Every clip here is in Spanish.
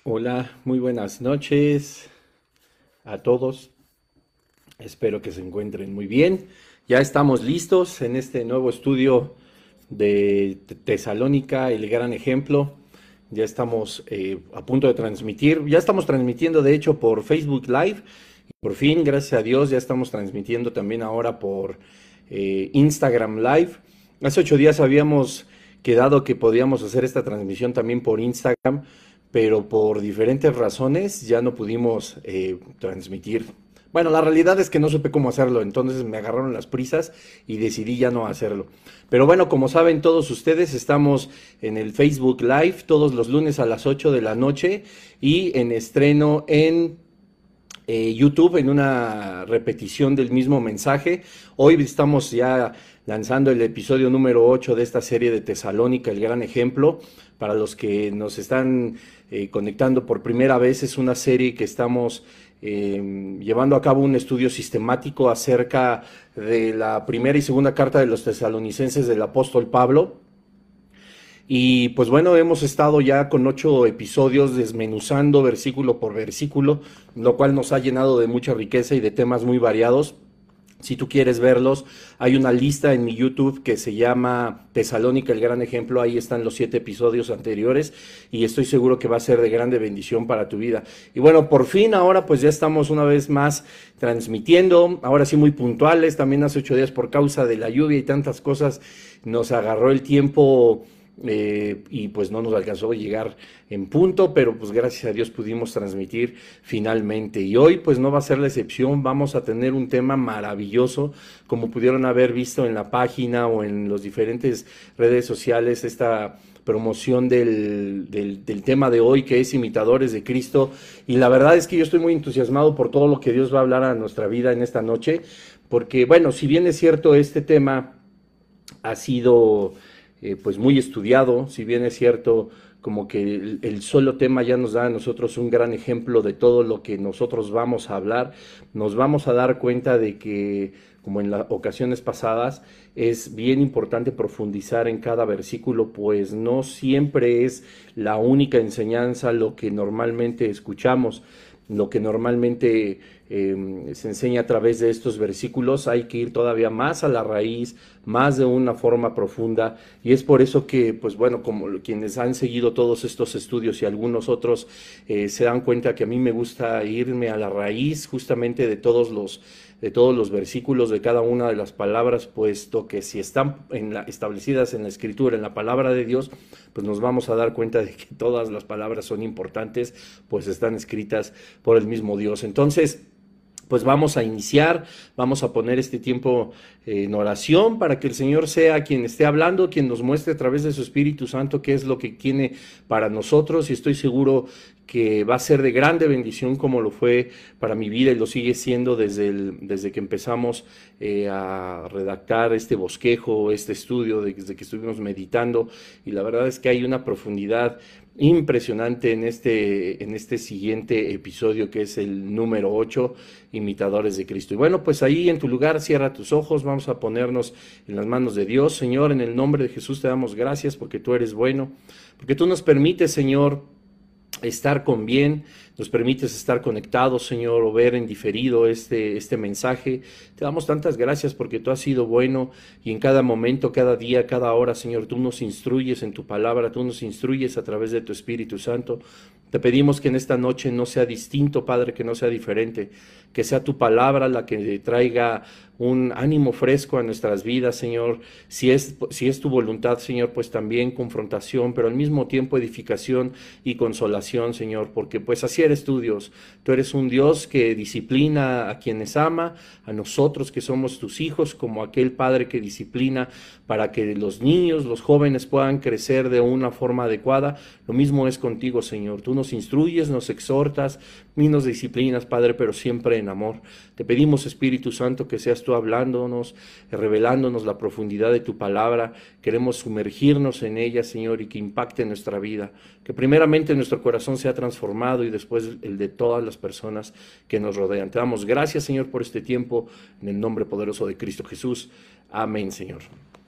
Hola, muy buenas noches a todos. Espero que se encuentren muy bien. Ya estamos listos en este nuevo estudio de Tesalónica, el gran ejemplo. Ya estamos a punto de transmitir. Ya estamos transmitiendo, de hecho, por Facebook Live. Por fin, gracias a Dios, ya estamos transmitiendo también ahora por Instagram Live. Hace 8 días habíamos quedado que podíamos hacer esta transmisión también por Instagram, pero por diferentes razones ya no pudimos transmitir. Bueno, la realidad es que no supe cómo hacerlo, entonces me agarraron las prisas y decidí ya no hacerlo. Pero bueno, como saben todos ustedes, estamos en el Facebook Live todos los lunes a las 8 de la noche y en estreno en YouTube en una repetición del mismo mensaje. Hoy estamos ya lanzando el episodio número 8 de esta serie de Tesalónica, el gran ejemplo. Para los que nos están conectando por primera vez, es una serie que estamos llevando a cabo un estudio sistemático acerca de la primera y segunda carta de los tesalonicenses del apóstol Pablo. Y pues bueno, hemos estado ya con 8 episodios desmenuzando versículo por versículo, lo cual nos ha llenado de mucha riqueza y de temas muy variados. Si tú quieres verlos, hay una lista en mi YouTube que se llama Tesalónica, el gran ejemplo. Ahí están los 7 episodios anteriores y estoy seguro que va a ser de grande bendición para tu vida. Y bueno, por fin ahora pues ya estamos una vez más transmitiendo, ahora sí muy puntuales. También hace 8 días por causa de la lluvia y tantas cosas nos agarró el tiempo y pues no nos alcanzó a llegar en punto, pero pues gracias a Dios pudimos transmitir finalmente. Y hoy pues no va a ser la excepción, vamos a tener un tema maravilloso, como pudieron haber visto en la página o en las diferentes redes sociales, esta promoción del tema de hoy, que es imitadores de Cristo. Y la verdad es que yo estoy muy entusiasmado por todo lo que Dios va a hablar a nuestra vida en esta noche, porque bueno, si bien es cierto, este tema ha sido pues muy estudiado, si bien es cierto, como que el solo tema ya nos da a nosotros un gran ejemplo de todo lo que nosotros vamos a hablar. Nos vamos a dar cuenta de que, como en las ocasiones pasadas, es bien importante profundizar en cada versículo, pues no siempre es la única enseñanza lo que normalmente escuchamos, lo que normalmente se enseña a través de estos versículos. Hay que ir todavía más a la raíz, más de una forma profunda, y es por eso que, pues bueno, como quienes han seguido todos estos estudios y algunos otros se dan cuenta que a mí me gusta irme a la raíz justamente de todos los versículos, de cada una de las palabras, puesto que si están establecidas en la Escritura, en la palabra de Dios, pues nos vamos a dar cuenta de que todas las palabras son importantes, pues están escritas por el mismo Dios. Entonces, pues vamos a iniciar, vamos a poner este tiempo en oración para que el Señor sea quien esté hablando, quien nos muestre a través de su Espíritu Santo qué es lo que tiene para nosotros, y estoy seguro que va a ser de grande bendición como lo fue para mi vida y lo sigue siendo desde que empezamos a redactar este bosquejo, este estudio, desde que estuvimos meditando, y la verdad es que hay una profundidad impresionante en este siguiente episodio, que es el número 8, imitadores de Cristo. Y bueno, pues ahí en tu lugar cierra tus ojos, vamos a ponernos en las manos de Dios. Señor, en el nombre de Jesús te damos gracias porque tú eres bueno, porque tú nos permites, Señor, estar con bien, nos permites estar conectados, Señor, o ver en diferido este mensaje. Te damos tantas gracias porque tú has sido bueno, y en cada momento, cada día, cada hora, Señor, tú nos instruyes en tu palabra, tú nos instruyes a través de tu Espíritu Santo. Te pedimos que en esta noche no sea distinto, Padre, que no sea diferente, que sea tu palabra la que traiga un ánimo fresco a nuestras vidas, Señor. Si es tu voluntad, Señor, pues también confrontación, pero al mismo tiempo edificación y consolación, Señor, porque pues así eres tú, Dios. Tú eres un Dios que disciplina a quienes ama, a nosotros que somos tus hijos, como aquel Padre que disciplina para que los niños, los jóvenes puedan crecer de una forma adecuada. Lo mismo es contigo, Señor. Tú nos instruyes, nos exhortas y nos disciplinas, Padre, pero siempre en amor. Te pedimos, Espíritu Santo, que seas tú hablándonos, revelándonos la profundidad de tu palabra. Queremos sumergirnos en ella, Señor, y que impacte nuestra vida. Que primeramente nuestro corazón sea transformado y después el de todas las personas que nos rodean. Te damos gracias, Señor, por este tiempo, en el nombre poderoso de Cristo Jesús. Amén, Señor.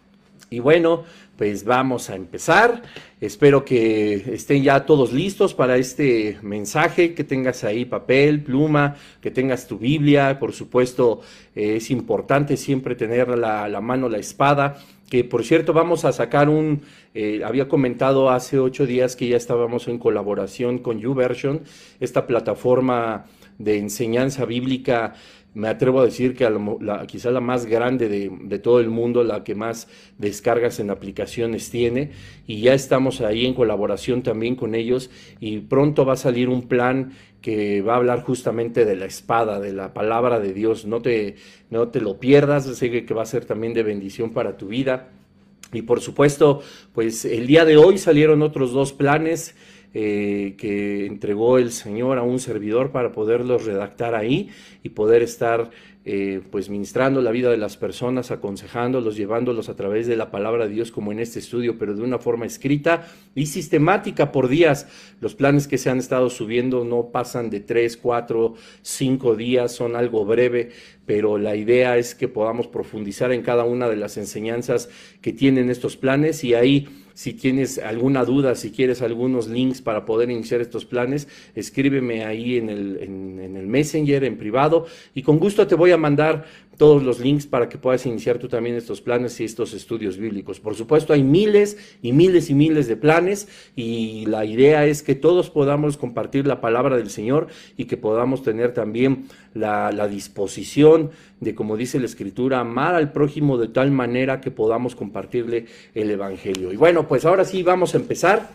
Y bueno, pues vamos a empezar. Espero que estén ya todos listos para este mensaje, que tengas ahí papel, pluma, que tengas tu Biblia. Por supuesto, es importante siempre tener la mano, la espada, que por cierto vamos a sacar había comentado hace 8 días que ya estábamos en colaboración con YouVersion, esta plataforma de enseñanza bíblica. Me atrevo a decir que quizá la más grande de todo el mundo, la que más descargas en aplicaciones tiene, y ya estamos ahí en colaboración también con ellos, y pronto va a salir un plan que va a hablar justamente de la espada, de la palabra de Dios. No te lo pierdas, sé que va a ser también de bendición para tu vida. Y por supuesto, pues el día de hoy salieron otros 2 planes que entregó el Señor a un servidor para poderlos redactar ahí y poder estar pues ministrando la vida de las personas, aconsejándolos, llevándolos a través de la palabra de Dios como en este estudio, pero de una forma escrita y sistemática por días. Los planes que se han estado subiendo no pasan de 3, 4, 5 días, son algo breve, pero la idea es que podamos profundizar en cada una de las enseñanzas que tienen estos planes. Y ahí, si tienes alguna duda, si quieres algunos links para poder iniciar estos planes, escríbeme ahí en el Messenger, en privado, y con gusto te voy a mandar todos los links para que puedas iniciar tú también estos planes y estos estudios bíblicos. Por supuesto, hay miles y miles y miles de planes, y la idea es que todos podamos compartir la palabra del Señor y que podamos tener también la disposición de, como dice la Escritura, amar al prójimo de tal manera que podamos compartirle el Evangelio. Y bueno, pues ahora sí vamos a empezar.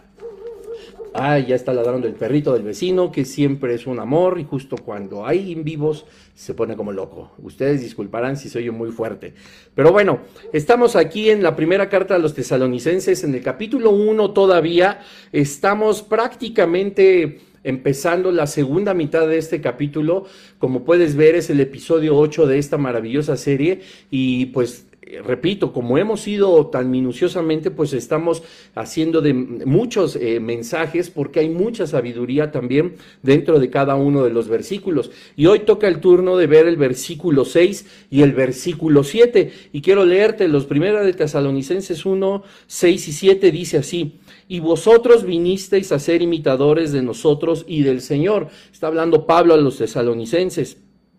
Ya está ladrando el perrito del vecino, que siempre es un amor, y justo cuando hay en vivos se pone como loco. Ustedes disculparán si soy muy fuerte. Pero bueno, estamos aquí en la primera carta a los Tesalonicenses, en el capítulo 1 todavía. Estamos prácticamente empezando la segunda mitad de este capítulo. Como puedes ver, es el episodio 8 de esta maravillosa serie, y pues repito, como hemos ido tan minuciosamente, pues estamos haciendo de muchos mensajes, porque hay mucha sabiduría también dentro de cada uno de los versículos. Y hoy toca el turno de ver el versículo 6 y el versículo 7. Y quiero leerte los primeros de Tesalonicenses 1, 6 y 7, dice así: y vosotros vinisteis a ser imitadores de nosotros y del Señor. Está hablando Pablo a los tesalonicenses.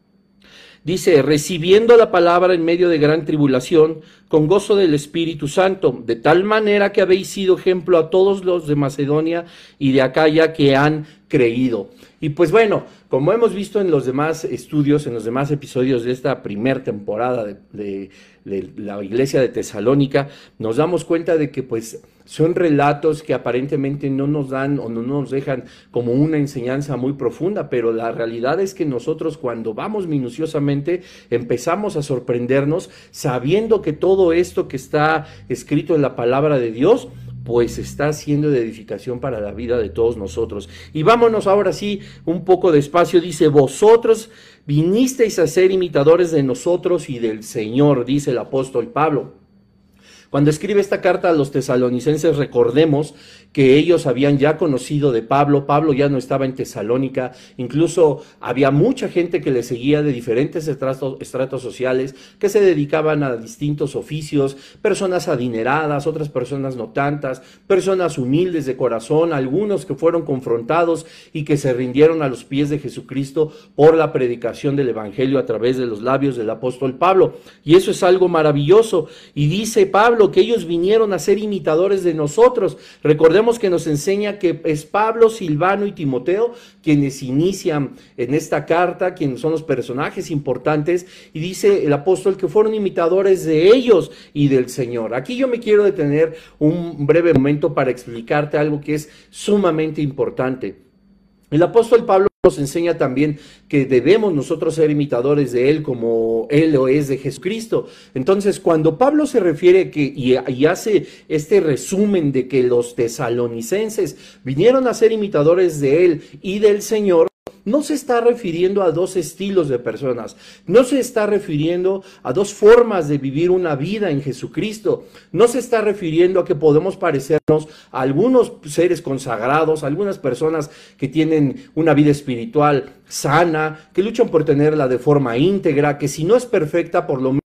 Dice: recibiendo la palabra en medio de gran tribulación, con gozo del Espíritu Santo, de tal manera que habéis sido ejemplo a todos los de Macedonia y de Acaya que han creído. Y pues bueno, como hemos visto en los demás estudios, en los demás episodios de esta primera temporada de la iglesia de Tesalónica, nos damos cuenta de que pues son relatos que aparentemente no nos dan o no nos dejan como una enseñanza muy profunda, pero la realidad es que nosotros, cuando vamos minuciosamente, empezamos a sorprendernos sabiendo que todo esto que está escrito en la palabra de Dios pues está siendo de edificación para la vida de todos nosotros. Y vámonos ahora sí un poco despacio. Dice: vosotros vinisteis a ser imitadores de nosotros y del Señor, dice el apóstol Pablo. Cuando escribe esta carta a los tesalonicenses, recordemos que ellos habían ya conocido de Pablo. Pablo ya no estaba en Tesalónica, incluso había mucha gente que le seguía de diferentes estratos sociales, que se dedicaban a distintos oficios, personas adineradas, otras personas no tantas, personas humildes de corazón, algunos que fueron confrontados y que se rindieron a los pies de Jesucristo por la predicación del Evangelio a través de los labios del apóstol Pablo. Y eso es algo maravilloso. Y dice Pablo que ellos vinieron a ser imitadores de nosotros. Recordemos que nos enseña que es Pablo, Silvano y Timoteo quienes inician en esta carta, quienes son los personajes importantes, y dice el apóstol que fueron imitadores de ellos y del Señor. Aquí yo me quiero detener un breve momento para explicarte algo que es sumamente importante. El apóstol Pablo nos enseña también que debemos nosotros ser imitadores de Él como Él lo es de Jesucristo. Entonces, cuando Pablo se refiere y hace este resumen de que los tesalonicenses vinieron a ser imitadores de Él y del Señor, no se está refiriendo a dos estilos de personas, no se está refiriendo a dos formas de vivir una vida en Jesucristo, no se está refiriendo a que podemos parecernos a algunos seres consagrados, a algunas personas que tienen una vida espiritual sana, que luchan por tenerla de forma íntegra, que si no es perfecta, por lo menos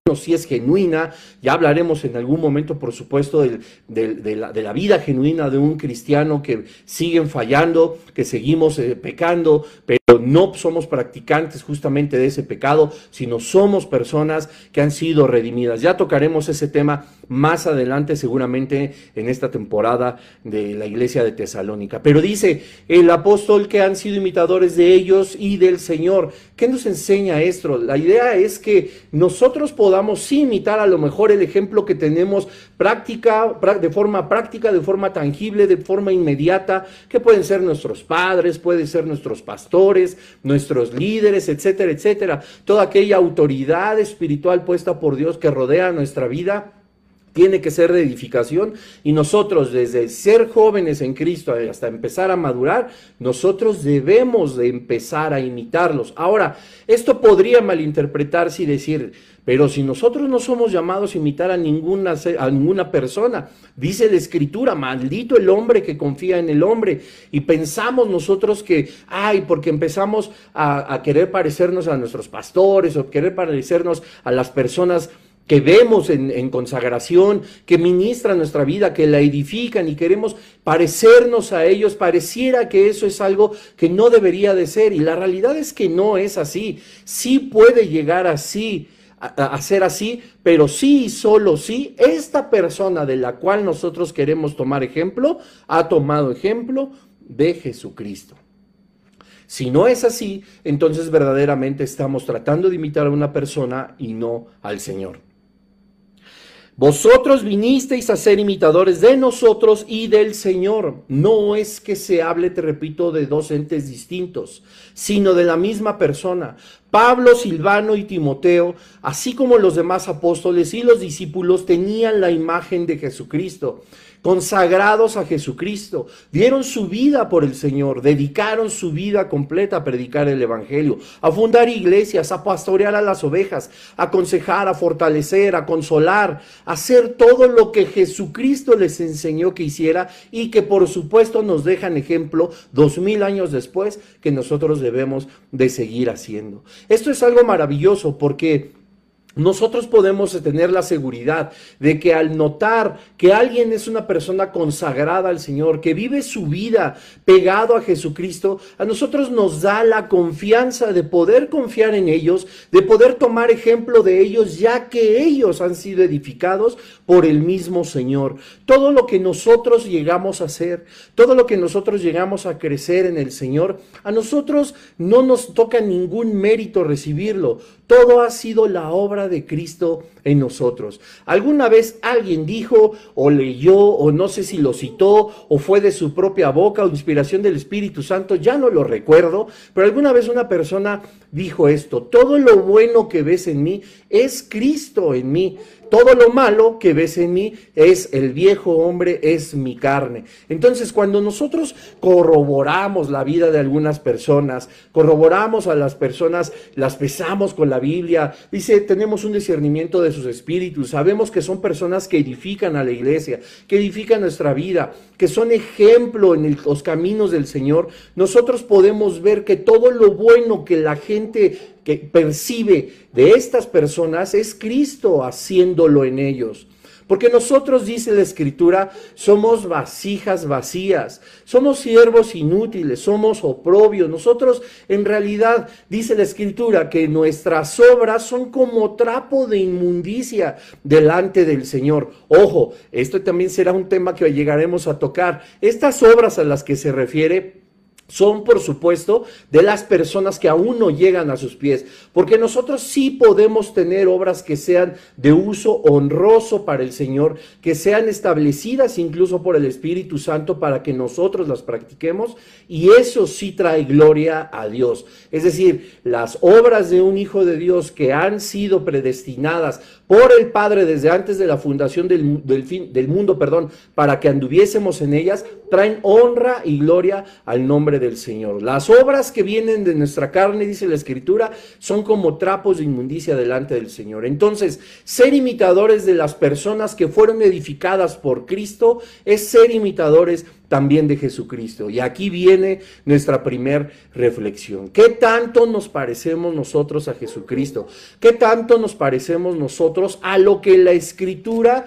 si es genuina. Ya hablaremos en algún momento, por supuesto, de la vida genuina de un cristiano, que siguen fallando, que seguimos pecando, pero no somos practicantes justamente de ese pecado, sino somos personas que han sido redimidas. Ya tocaremos ese tema más adelante, seguramente en esta temporada de la iglesia de Tesalónica. Pero dice el apóstol que han sido imitadores de ellos y del Señor. ¿Qué nos enseña esto? La idea es que nosotros podamos sí imitar a lo mejor el ejemplo que tenemos de forma práctica, de forma tangible, de forma inmediata, que pueden ser nuestros padres, pueden ser nuestros pastores, nuestros líderes, etcétera, etcétera. Toda aquella autoridad espiritual puesta por Dios que rodea nuestra vida tiene que ser de edificación, y nosotros, desde ser jóvenes en Cristo hasta empezar a madurar, nosotros debemos de empezar a imitarlos. Ahora, esto podría malinterpretarse y decir, pero si nosotros no somos llamados a imitar a ninguna persona, dice la Escritura, maldito el hombre que confía en el hombre, y pensamos nosotros que, porque empezamos a querer parecernos a nuestros pastores, o querer parecernos a las personas que vemos en consagración, que ministran nuestra vida, que la edifican, y queremos parecernos a ellos, pareciera que eso es algo que no debería de ser, y la realidad es que no es así. Sí puede llegar así, a ser así, pero sí y solo sí, esta persona de la cual nosotros queremos tomar ejemplo, ha tomado ejemplo de Jesucristo. Si no es así, entonces verdaderamente estamos tratando de imitar a una persona y no al Señor. Vosotros vinisteis a ser imitadores de nosotros y del Señor. No es que se hable, te repito, de dos entes distintos, sino de la misma persona. Pablo, Silvano y Timoteo, así como los demás apóstoles y los discípulos, tenían la imagen de Jesucristo, consagrados a Jesucristo, dieron su vida por el Señor, dedicaron su vida completa a predicar el Evangelio, a fundar iglesias, a pastorear a las ovejas, a aconsejar, a fortalecer, a consolar, a hacer todo lo que Jesucristo les enseñó que hiciera, y que por supuesto nos dejan ejemplo 2000 años después que nosotros debemos de seguir haciendo. Esto es algo maravilloso, porque nosotros podemos tener la seguridad de que al notar que alguien es una persona consagrada al Señor, que vive su vida pegado a Jesucristo, a nosotros nos da la confianza de poder confiar en ellos, de poder tomar ejemplo de ellos, ya que ellos han sido edificados por el mismo Señor. Todo lo que nosotros llegamos a hacer, todo lo que nosotros llegamos a crecer en el Señor, a nosotros no nos toca ningún mérito recibirlo. Todo ha sido la obra de Cristo en nosotros. Alguna vez alguien dijo o leyó, o no sé si lo citó o fue de su propia boca o inspiración del Espíritu Santo, ya no lo recuerdo, pero alguna vez una persona dijo esto: todo lo bueno que ves en mí es Cristo en mí. Todo lo malo que ves en mí es el viejo hombre, es mi carne. Entonces, cuando nosotros corroboramos la vida de algunas personas, corroboramos a las personas, las pesamos con la Biblia, dice, tenemos un discernimiento de sus espíritus, sabemos que son personas que edifican a la iglesia, que edifican nuestra vida, que son ejemplo en los caminos del Señor, nosotros podemos ver que todo lo bueno que la gente que percibe de estas personas es Cristo haciéndolo en ellos. Porque nosotros, dice la Escritura, somos vasijas vacías, somos siervos inútiles, somos oprobios. Nosotros, en realidad, dice la Escritura, que nuestras obras son como trapo de inmundicia delante del Señor. Ojo, esto también será un tema que llegaremos a tocar. Estas obras a las que se refiere son, por supuesto, de las personas que aún no llegan a sus pies, porque nosotros sí podemos tener obras que sean de uso honroso para el Señor, que sean establecidas incluso por el Espíritu Santo para que nosotros las practiquemos, y eso sí trae gloria a Dios. Es decir, las obras de un hijo de Dios que han sido predestinadas por el Padre desde antes de la fundación del mundo, para que anduviésemos en ellas, traen honra y gloria al nombre del Señor. Las obras que vienen de nuestra carne, dice la Escritura, son como trapos de inmundicia delante del Señor. Entonces, ser imitadores de las personas que fueron edificadas por Cristo es ser imitadores también de Jesucristo. Y aquí viene nuestra primer reflexión. ¿Qué tanto nos parecemos nosotros a Jesucristo? ¿Qué tanto nos parecemos nosotros a lo que la Escritura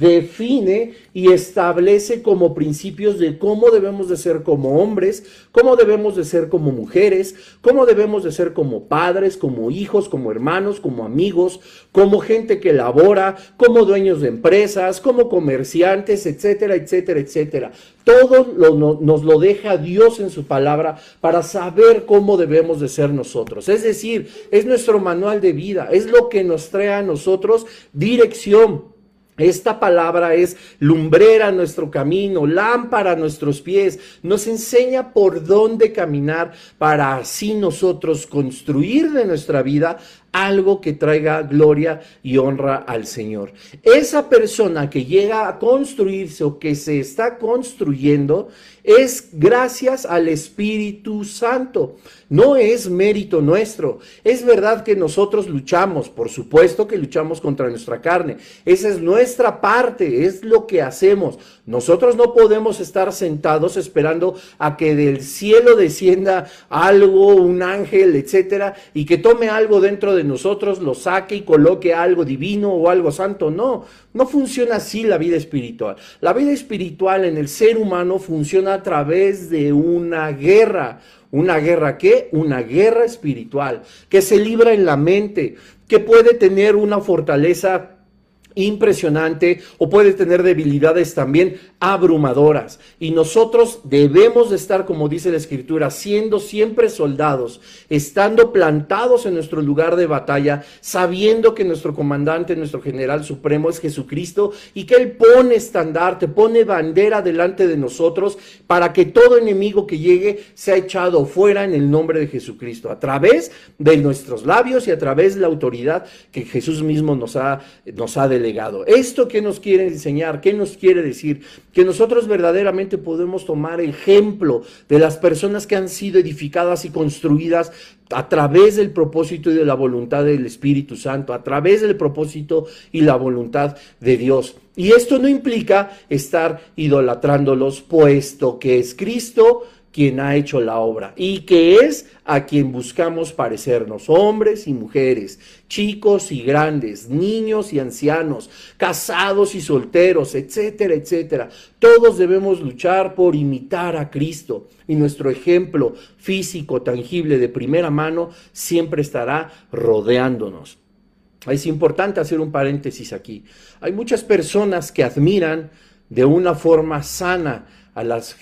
define y establece como principios de cómo debemos de ser como hombres, cómo debemos de ser como mujeres, cómo debemos de ser como padres, como hijos, como hermanos, como amigos, como gente que labora, como dueños de empresas, como comerciantes, etcétera, etcétera, etcétera? Todo nos lo deja Dios en su palabra para saber cómo debemos de ser nosotros. Es decir, es nuestro manual de vida, es lo que nos trae a nosotros dirección. Esta palabra es lumbrera a nuestro camino, lámpara a nuestros pies, nos enseña por dónde caminar para así nosotros construir de nuestra vida algo que traiga gloria y honra al Señor. Esa persona que llega a construirse o que se está construyendo es gracias al Espíritu Santo. No es mérito nuestro. Es verdad que nosotros luchamos, por supuesto que luchamos contra nuestra carne. Esa es nuestra parte, es lo que hacemos. Nosotros no podemos estar sentados esperando a que del cielo descienda algo, un ángel, etcétera, y que tome algo dentro de nosotros, lo saque y coloque algo divino o algo santo. No, no funciona así la vida espiritual. La vida espiritual en el ser humano funciona a través de una guerra. ¿Una guerra qué? Una guerra espiritual que se libra en la mente, que puede tener una fortaleza impresionante o puede tener debilidades también abrumadoras. Y nosotros debemos de estar, como dice la Escritura, siendo siempre soldados, estando plantados en nuestro lugar de batalla, sabiendo que nuestro comandante, nuestro general supremo es Jesucristo y que Él pone estandarte, pone bandera delante de nosotros para que todo enemigo que llegue sea echado fuera en el nombre de Jesucristo, a través de nuestros labios y a través de la autoridad que Jesús mismo nos ha delegado. ¿Esto qué nos quiere enseñar? ¿Qué nos quiere decir? Que nosotros verdaderamente podemos tomar ejemplo de las personas que han sido edificadas y construidas a través del propósito y de la voluntad del Espíritu Santo, a través del propósito y la voluntad de Dios. Y esto no implica estar idolatrándolos, puesto que es Cristo quien ha hecho la obra y que es a quien buscamos parecernos, hombres y mujeres, chicos y grandes, niños y ancianos, casados y solteros, etcétera, etcétera. Todos debemos luchar por imitar a Cristo y nuestro ejemplo físico, tangible, de primera mano, siempre estará rodeándonos. Es importante hacer un paréntesis aquí. Hay muchas personas que admiran de una forma sana a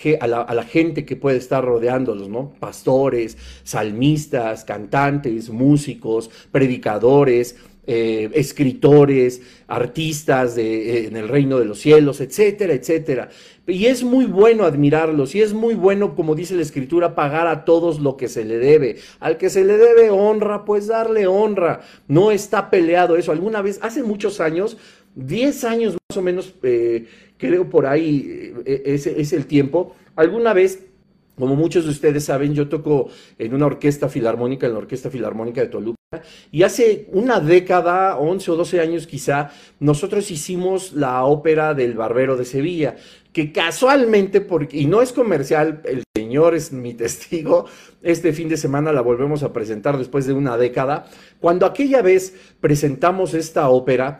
la gente que puede estar rodeándolos, ¿no? Pastores, salmistas, cantantes, músicos, predicadores, escritores, artistas en el reino de los cielos, etcétera, etcétera. Y es muy bueno admirarlos, y es muy bueno, como dice la Escritura, pagar a todos lo que se le debe. Al que se le debe honra, pues darle honra. No está peleado eso. Alguna vez, hace muchos años, 10 años más o menos, creo por ahí es el tiempo, alguna vez, como muchos de ustedes saben, yo toco en una orquesta filarmónica, en la Orquesta Filarmónica de Toluca, y hace una década, 11 o 12 años quizá, nosotros hicimos la ópera del Barbero de Sevilla, que casualmente, y no es comercial, el Señor es mi testigo, este fin de semana la volvemos a presentar después de una década. Cuando aquella vez presentamos esta ópera,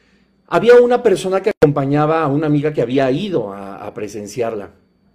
había una persona que acompañaba a una amiga que había ido a presenciarla.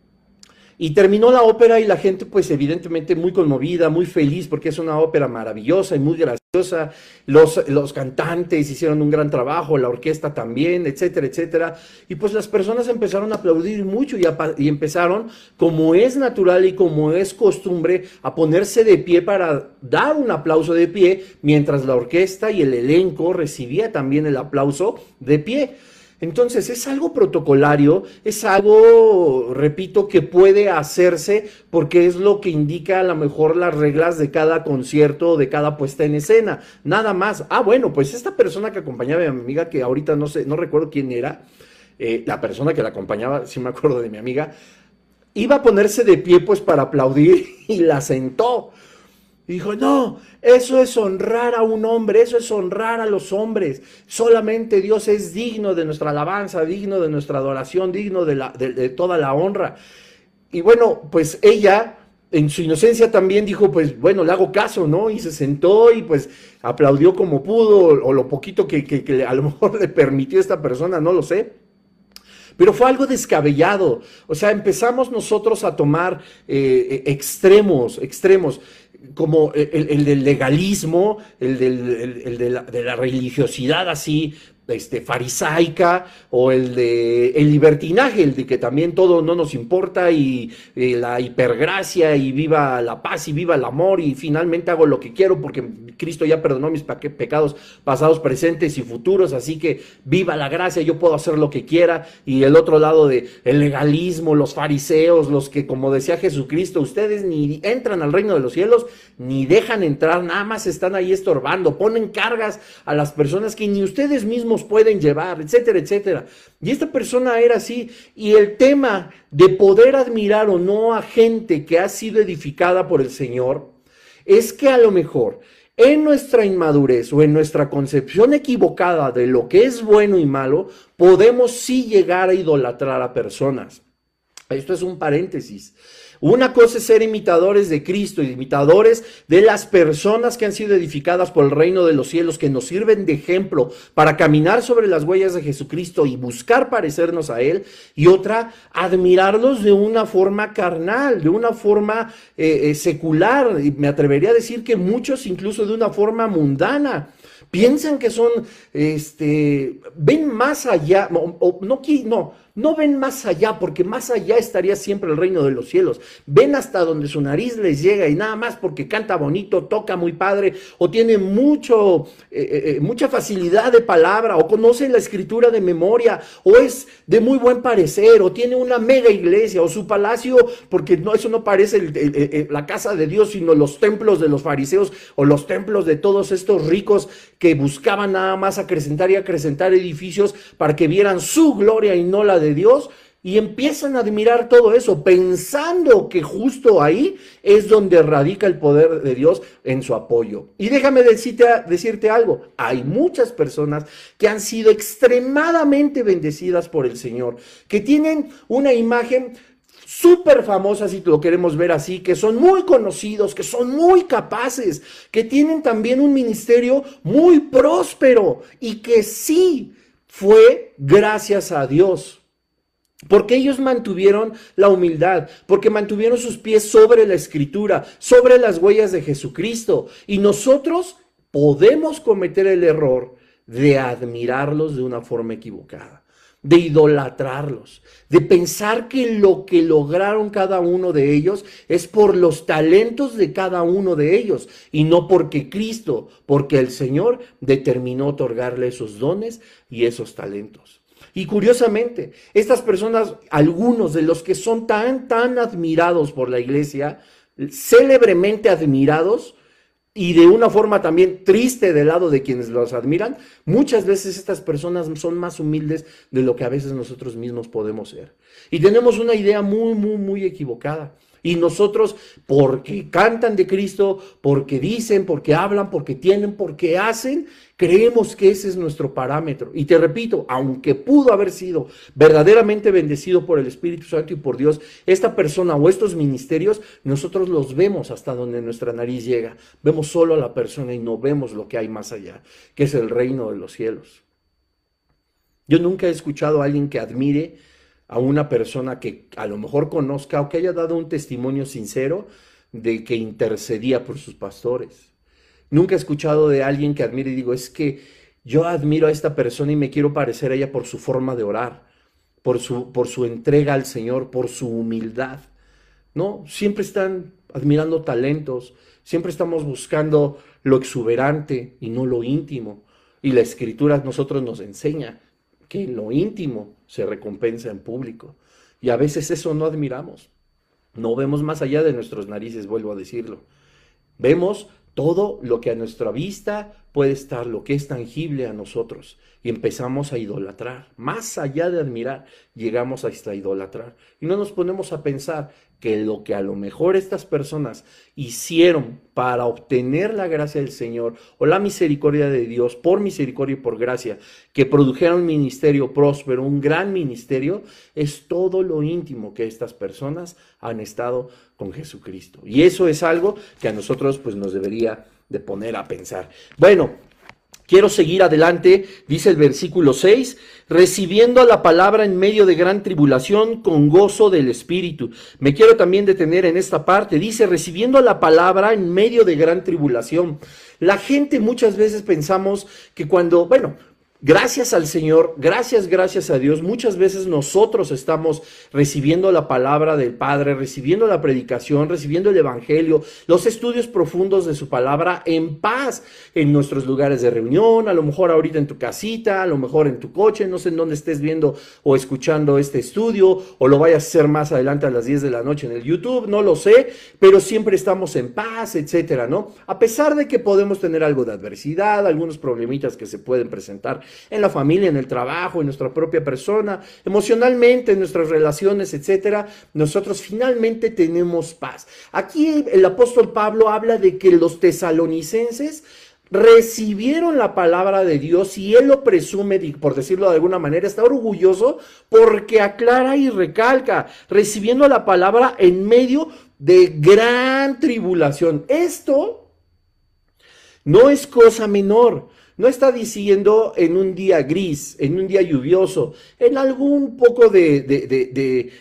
Y terminó la ópera y la gente, pues evidentemente muy conmovida, muy feliz, porque es una ópera maravillosa y muy graciosa. Los cantantes hicieron un gran trabajo, la orquesta también, etcétera, etcétera. Y pues las personas empezaron a aplaudir mucho y empezaron, como es natural y como es costumbre, a ponerse de pie para dar un aplauso de pie, mientras la orquesta y el elenco recibía también el aplauso de pie. Entonces es algo protocolario, es algo, repito, que puede hacerse porque es lo que indica a lo mejor las reglas de cada concierto, de cada puesta en escena, nada más. Bueno, pues esta persona que acompañaba a mi amiga, que ahorita no sé, no recuerdo quién era, la persona que la acompañaba, sí me acuerdo de mi amiga, iba a ponerse de pie pues para aplaudir y la sentó. Y dijo, no, eso es honrar a un hombre, eso es honrar a los hombres. Solamente Dios es digno de nuestra alabanza, digno de nuestra adoración, digno de toda la honra. Y bueno, pues ella en su inocencia también dijo, pues bueno, le hago caso, ¿no? Y se sentó y pues aplaudió como pudo, o lo poquito que a lo mejor le permitió esta persona, no lo sé. Pero fue algo descabellado. O sea, empezamos nosotros a tomar extremos, como el del legalismo, de la religiosidad así, farisaica, o el de el libertinaje, el de que también todo no nos importa, y la hipergracia, y viva la paz, y viva el amor, y finalmente hago lo que quiero porque Cristo ya perdonó mis pecados pasados, presentes y futuros, así que viva la gracia, yo puedo hacer lo que quiera. Y el otro lado de el legalismo, los fariseos, los que, como decía Jesucristo, ustedes ni entran al reino de los cielos, ni dejan entrar, nada más están ahí estorbando, ponen cargas a las personas que ni ustedes mismos pueden llevar, etcétera, etcétera. Y esta persona era así. Y el tema de poder admirar o no a gente que ha sido edificada por el Señor, es que a lo mejor en nuestra inmadurez o en nuestra concepción equivocada de lo que es bueno y malo, podemos sí llegar a idolatrar a personas. Esto es un paréntesis. Una cosa es ser imitadores de Cristo, imitadores de las personas que han sido edificadas por el reino de los cielos, que nos sirven de ejemplo para caminar sobre las huellas de Jesucristo y buscar parecernos a Él. Y otra, admirarlos de una forma carnal, de una forma secular. Y me atrevería a decir que muchos incluso de una forma mundana. Piensan que son, ven más allá, no ven más allá, porque más allá estaría siempre el reino de los cielos. Ven hasta donde su nariz les llega, y nada más porque canta bonito, toca muy padre, o tiene mucha facilidad de palabra, o conoce la escritura de memoria, o es de muy buen parecer, o tiene una mega iglesia, o su palacio, porque no, eso no parece la casa de Dios, sino los templos de los fariseos, o los templos de todos estos ricos que buscaban nada más acrecentar y acrecentar edificios para que vieran su gloria y no la de Dios. Y empiezan a admirar todo eso, pensando que justo ahí es donde radica el poder de Dios en su apoyo. Y déjame decirte algo, hay muchas personas que han sido extremadamente bendecidas por el Señor, que tienen una imagen súper famosas, si lo queremos ver así, que son muy conocidos, que son muy capaces, que tienen también un ministerio muy próspero, y que sí fue gracias a Dios. Porque ellos mantuvieron la humildad, porque mantuvieron sus pies sobre la escritura, sobre las huellas de Jesucristo. Y nosotros podemos cometer el error de admirarlos de una forma equivocada, de idolatrarlos, de pensar que lo que lograron cada uno de ellos es por los talentos de cada uno de ellos, y no porque Cristo, porque el Señor determinó otorgarle esos dones y esos talentos. Y curiosamente, estas personas, algunos de los que son tan admirados por la iglesia, célebremente admirados, y de una forma también triste del lado de quienes los admiran, muchas veces estas personas son más humildes de lo que a veces nosotros mismos podemos ser. Y tenemos una idea muy equivocada. Y nosotros, porque cantan de Cristo, porque dicen, porque hablan, porque tienen, porque hacen, creemos que ese es nuestro parámetro. Y te repito, aunque pudo haber sido verdaderamente bendecido por el Espíritu Santo y por Dios, esta persona o estos ministerios, nosotros los vemos hasta donde nuestra nariz llega. Vemos solo a la persona y no vemos lo que hay más allá, que es el reino de los cielos. Yo nunca he escuchado a alguien que admire a una persona que a lo mejor conozca o que haya dado un testimonio sincero de que intercedía por sus pastores. Nunca he escuchado de alguien que admire y digo, es que yo admiro a esta persona y me quiero parecer a ella por su forma de orar, por su entrega al Señor, por su humildad. No, siempre están admirando talentos, siempre estamos buscando lo exuberante y no lo íntimo. Y la Escritura a nosotros nos enseña que lo íntimo se recompensa en público. Y a veces eso no admiramos. No vemos más allá de nuestras narices, vuelvo a decirlo. Vemos todo lo que a nuestra vista puede estar lo que es tangible a nosotros y empezamos a idolatrar. Más allá de admirar, llegamos hasta idolatrar. Y no nos ponemos a pensar que lo que a lo mejor estas personas hicieron para obtener la gracia del Señor o la misericordia de Dios, por misericordia y por gracia, que produjera un ministerio próspero, un gran ministerio, es todo lo íntimo que estas personas han estado con Jesucristo. Y eso es algo que a nosotros pues nos debería de poner a pensar. Bueno, quiero seguir adelante, dice el versículo 6, recibiendo la palabra en medio de gran tribulación con gozo del Espíritu. Me quiero también detener en esta parte, dice, recibiendo la palabra en medio de gran tribulación. La gente muchas veces pensamos que cuando, gracias al Señor, gracias a Dios, muchas veces nosotros estamos recibiendo la palabra del Padre, recibiendo la predicación, recibiendo el Evangelio, los estudios profundos de su palabra en paz en nuestros lugares de reunión, a lo mejor ahorita en tu casita, a lo mejor en tu coche, no sé en dónde estés viendo o escuchando este estudio, o lo vayas a hacer más adelante a las 10 de la noche en el YouTube, no lo sé, pero siempre estamos en paz, etcétera, ¿no? A pesar de que podemos tener algo de adversidad, algunos problemitas que se pueden presentar en la familia, en el trabajo, en nuestra propia persona, emocionalmente, en nuestras relaciones, etcétera, nosotros finalmente tenemos paz. Aquí el apóstol Pablo habla de que los tesalonicenses recibieron la palabra de Dios y él lo presume, por decirlo de alguna manera, está orgulloso porque aclara y recalca, recibiendo la palabra en medio de gran tribulación. Esto no es cosa menor. No está diciendo en un día gris, en un día lluvioso, en algún poco de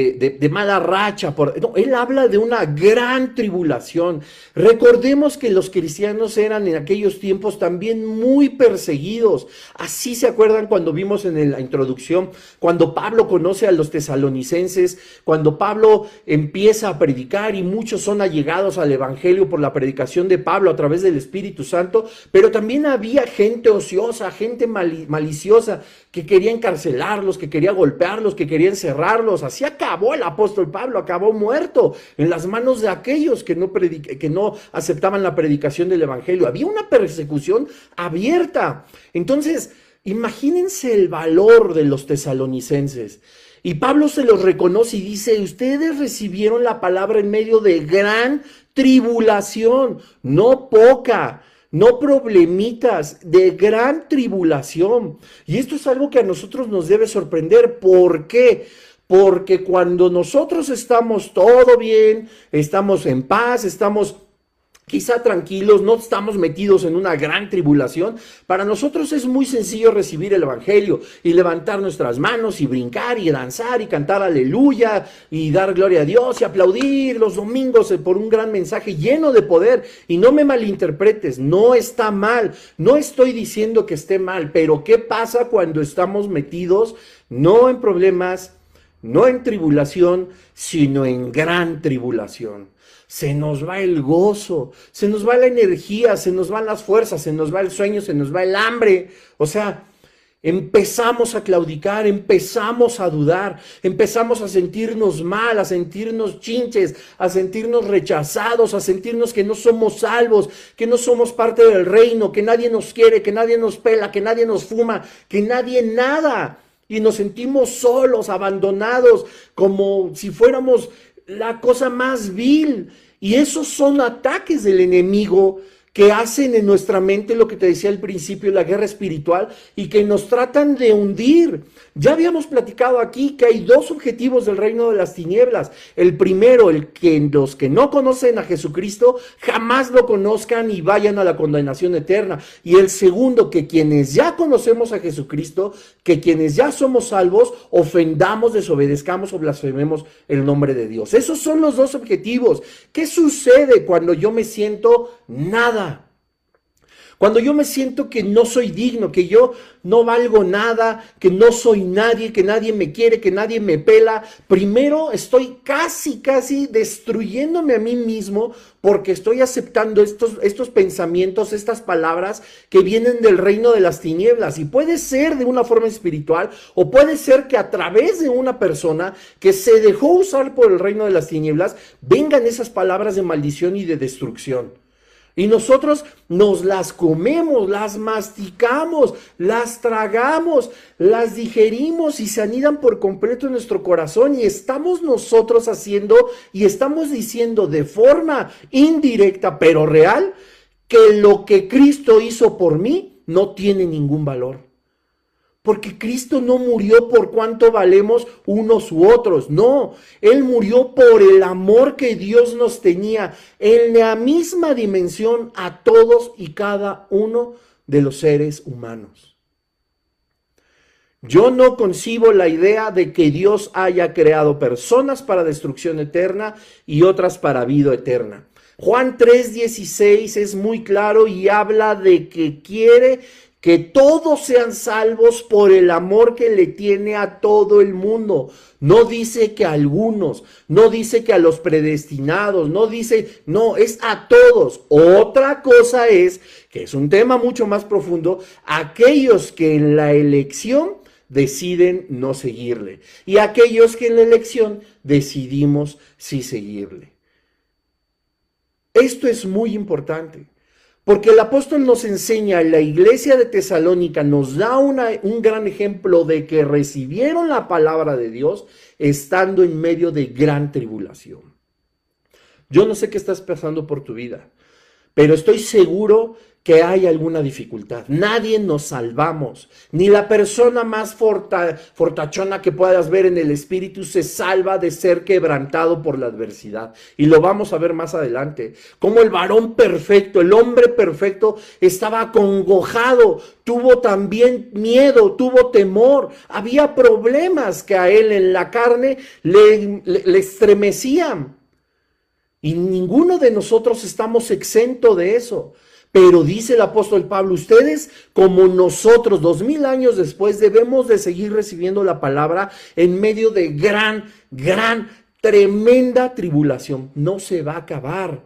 mala racha. No, él habla de una gran tribulación. Recordemos que los cristianos eran en aquellos tiempos también muy perseguidos. Así se acuerdan cuando vimos en la introducción, cuando Pablo conoce a los tesalonicenses, cuando Pablo empieza a predicar y muchos son allegados al evangelio por la predicación de Pablo a través del Espíritu Santo, pero también había gente ociosa, gente maliciosa que quería encarcelarlos, que quería golpearlos, que quería encerrarlos. Así acabó el apóstol Pablo, acabó muerto en las manos de aquellos que no aceptaban la predicación del evangelio. Había una persecución abierta. Entonces, imagínense el valor de los tesalonicenses. Y Pablo se los reconoce y dice, ustedes recibieron la palabra en medio de gran tribulación, no poca. No problemitas, de gran tribulación. Y esto es algo que a nosotros nos debe sorprender. ¿Por qué? Porque cuando nosotros estamos todo bien, estamos en paz, estamos quizá tranquilos, no estamos metidos en una gran tribulación, para nosotros es muy sencillo recibir el evangelio y levantar nuestras manos y brincar y danzar y cantar aleluya y dar gloria a Dios y aplaudir los domingos por un gran mensaje lleno de poder. Y no me malinterpretes, no está mal, no estoy diciendo que esté mal, pero ¿qué pasa cuando estamos metidos no en problemas, no en tribulación, sino en gran tribulación? Se nos va el gozo, se nos va la energía, se nos van las fuerzas, se nos va el sueño, se nos va el hambre. O sea, empezamos a claudicar, empezamos a dudar, empezamos a sentirnos mal, a sentirnos chinches, a sentirnos rechazados, a sentirnos que no somos salvos, que no somos parte del reino, que nadie nos quiere, que nadie nos pela, que nadie nos fuma, que nadie nada. Y nos sentimos solos, abandonados, como si fuéramos la cosa más vil. Y esos son ataques del enemigo que hacen en nuestra mente lo que te decía al principio, la guerra espiritual, y que nos tratan de hundir. Ya habíamos platicado aquí que hay dos objetivos del reino de las tinieblas. El primero, el que los que no conocen a Jesucristo jamás lo conozcan y vayan a la condenación eterna. Y el segundo, que quienes ya conocemos a Jesucristo, que quienes ya somos salvos, ofendamos, desobedezcamos o blasfememos el nombre de Dios. Esos son los dos objetivos. ¿Qué sucede cuando yo me siento nada? Cuando yo me siento que no soy digno, que yo no valgo nada, que no soy nadie, que nadie me quiere, que nadie me pela, primero estoy casi destruyéndome a mí mismo porque estoy aceptando estos pensamientos, estas palabras que vienen del reino de las tinieblas. Y puede ser de una forma espiritual o puede ser que a través de una persona que se dejó usar por el reino de las tinieblas vengan esas palabras de maldición y de destrucción. Y nosotros nos las comemos, las masticamos, las tragamos, las digerimos y se anidan por completo en nuestro corazón. Y estamos nosotros haciendo y estamos diciendo de forma indirecta pero real que lo que Cristo hizo por mí no tiene ningún valor. Porque Cristo no murió por cuánto valemos unos u otros, no. Él murió por el amor que Dios nos tenía en la misma dimensión a todos y cada uno de los seres humanos. Yo no concibo la idea de que Dios haya creado personas para destrucción eterna y otras para vida eterna. Juan 3:16 es muy claro y habla de que quiere que todos sean salvos por el amor que le tiene a todo el mundo. No dice que a algunos, no dice que a los predestinados, no, es a todos. Otra cosa es, que es un tema mucho más profundo, aquellos que en la elección deciden no seguirle y aquellos que en la elección decidimos sí seguirle. Esto es muy importante. Porque el apóstol nos enseña, la iglesia de Tesalónica nos da un gran ejemplo de que recibieron la palabra de Dios estando en medio de gran tribulación. Yo no sé qué estás pasando por tu vida, pero estoy seguro que hay alguna dificultad. Nadie nos salvamos, ni la persona más fortachona que puedas ver en el espíritu se salva de ser quebrantado por la adversidad. Y lo vamos a ver más adelante. Como el varón perfecto, el hombre perfecto, estaba acongojado, tuvo también miedo, tuvo temor. Había problemas que a él en la carne le estremecían. Y ninguno de nosotros estamos exento de eso. Pero dice el apóstol Pablo, ustedes como nosotros, 2000 años después, debemos de seguir recibiendo la palabra en medio de tremenda tribulación. No se va a acabar.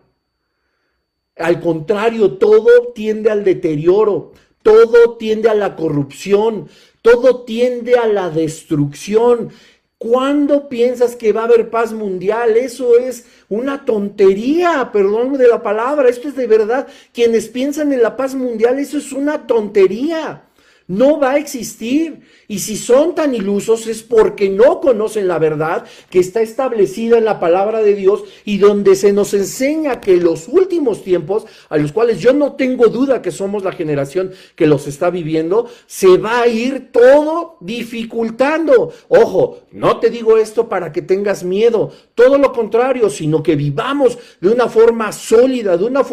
Al contrario, todo tiende al deterioro, todo tiende a la corrupción, todo tiende a la destrucción. ¿Cuándo piensas que va a haber paz mundial? Eso es una tontería, perdón de la palabra, esto es de verdad. Quienes piensan en la paz mundial, eso es una tontería. No va a existir. Y si son tan ilusos es porque no conocen la verdad que está establecida en la palabra de Dios y donde se nos enseña que los últimos tiempos, a los cuales yo no tengo duda que somos la generación que los está viviendo, se va a ir todo dificultando. Ojo, no te digo esto para que tengas miedo, todo lo contrario, sino que vivamos de una forma sólida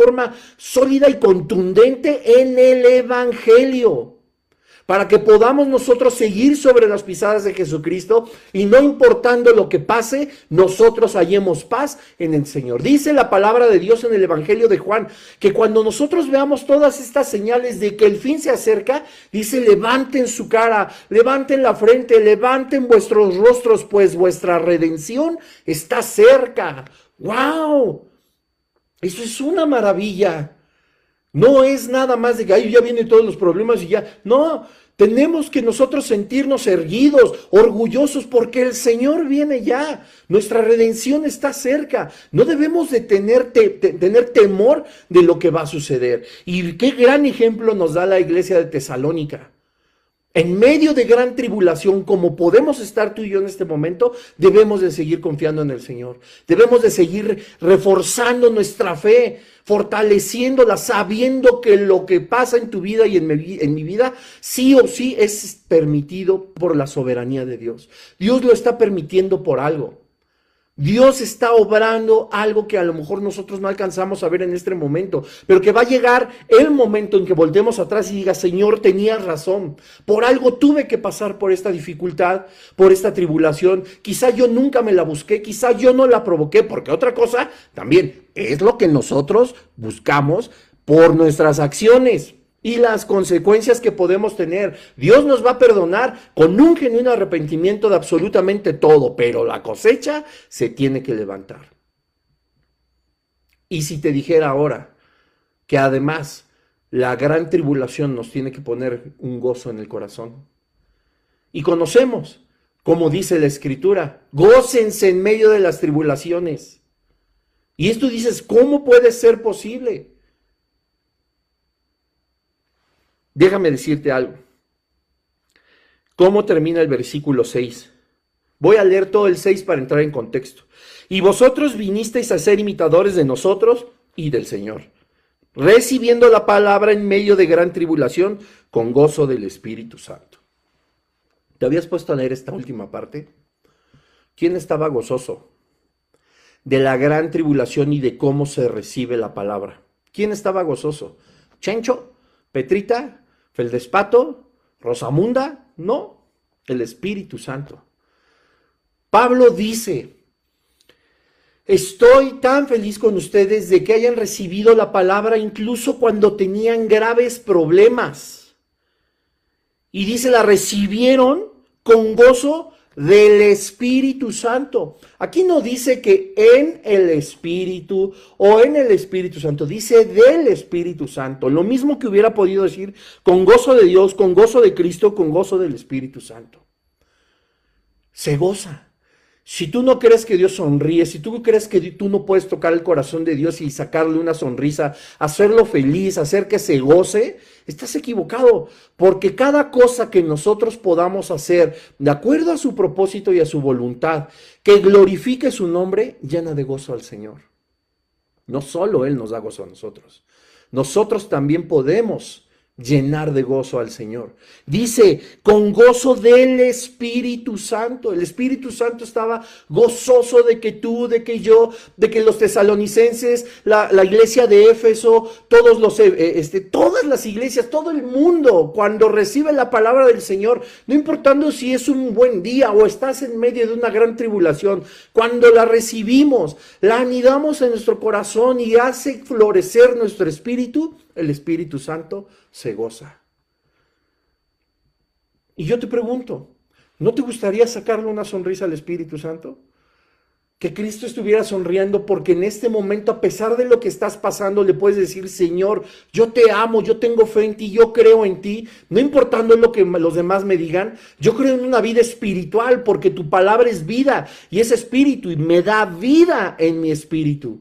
y contundente en el Evangelio. Para que podamos nosotros seguir sobre las pisadas de Jesucristo y no importando lo que pase, nosotros hallemos paz en el Señor. Dice la palabra de Dios en el Evangelio de Juan, que cuando nosotros veamos todas estas señales de que el fin se acerca, dice, levanten su cara, levanten la frente, levanten vuestros rostros, pues vuestra redención está cerca. ¡Wow! Eso es una maravilla. No es nada más de que ahí ya vienen todos los problemas y ya. No, tenemos que nosotros sentirnos erguidos, orgullosos, porque el Señor viene ya. Nuestra redención está cerca. No debemos de tener temor de lo que va a suceder. Y qué gran ejemplo nos da la iglesia de Tesalónica. En medio de gran tribulación, como podemos estar tú y yo en este momento, debemos de seguir confiando en el Señor. Debemos de seguir reforzando nuestra fe, fortaleciéndola, sabiendo que lo que pasa en tu vida y en mi vida, sí o sí es permitido por la soberanía de Dios. Dios lo está permitiendo por algo. Dios está obrando algo que a lo mejor nosotros no alcanzamos a ver en este momento, pero que va a llegar el momento en que voltemos atrás y diga, Señor, tenías razón, por algo tuve que pasar por esta dificultad, por esta tribulación, quizá yo nunca me la busqué, quizá yo no la provoqué, porque otra cosa también es lo que nosotros buscamos por nuestras acciones. Y las consecuencias que podemos tener. Dios nos va a perdonar con un genuino arrepentimiento de absolutamente todo, pero la cosecha se tiene que levantar. Y si te dijera ahora que además la gran tribulación nos tiene que poner un gozo en el corazón. Y conocemos, como dice la Escritura, gócense en medio de las tribulaciones. Y esto dices, ¿cómo puede ser posible? Déjame decirte algo. ¿Cómo termina el versículo 6? Voy a leer todo el 6 para entrar en contexto. Y vosotros vinisteis a ser imitadores de nosotros y del Señor, recibiendo la palabra en medio de gran tribulación, con gozo del Espíritu Santo. ¿Te habías puesto a leer esta última parte? ¿Quién estaba gozoso de la gran tribulación y de cómo se recibe la palabra? ¿Quién estaba gozoso? ¿Chencho? ¿Petrita? ¿Feldespato? ¿Rosamunda? No, el Espíritu Santo. Pablo dice: estoy tan feliz con ustedes de que hayan recibido la palabra incluso cuando tenían graves problemas. Y dice, la recibieron con gozo del Espíritu Santo. Aquí no dice que en el Espíritu o en el Espíritu Santo, dice del Espíritu Santo. Lo mismo que hubiera podido decir con gozo de Dios, con gozo de Cristo, con gozo del Espíritu Santo. Se goza. Si tú no crees que Dios sonríe, si tú crees que tú no puedes tocar el corazón de Dios y sacarle una sonrisa, hacerlo feliz, hacer que se goce, estás equivocado, porque cada cosa que nosotros podamos hacer de acuerdo a su propósito y a su voluntad, que glorifique su nombre, llena de gozo al Señor. No solo Él nos da gozo a nosotros, nosotros también podemos llenar de gozo al Señor. Dice, con gozo del Espíritu Santo. El Espíritu Santo estaba gozoso de que tú, de que yo, de que los tesalonicenses, la iglesia de Éfeso, todas las iglesias, todo el mundo, cuando recibe la palabra del Señor, no importando si es un buen día o estás en medio de una gran tribulación, cuando la recibimos, la anidamos en nuestro corazón y hace florecer nuestro espíritu, el Espíritu Santo se goza. Y yo te pregunto, ¿no te gustaría sacarle una sonrisa al Espíritu Santo? Que Cristo estuviera sonriendo, porque en este momento, a pesar de lo que estás pasando, le puedes decir: Señor, yo te amo, yo tengo fe en ti, yo creo en ti, no importando lo que los demás me digan, yo creo en una vida espiritual, porque tu palabra es vida y es espíritu y me da vida en mi espíritu.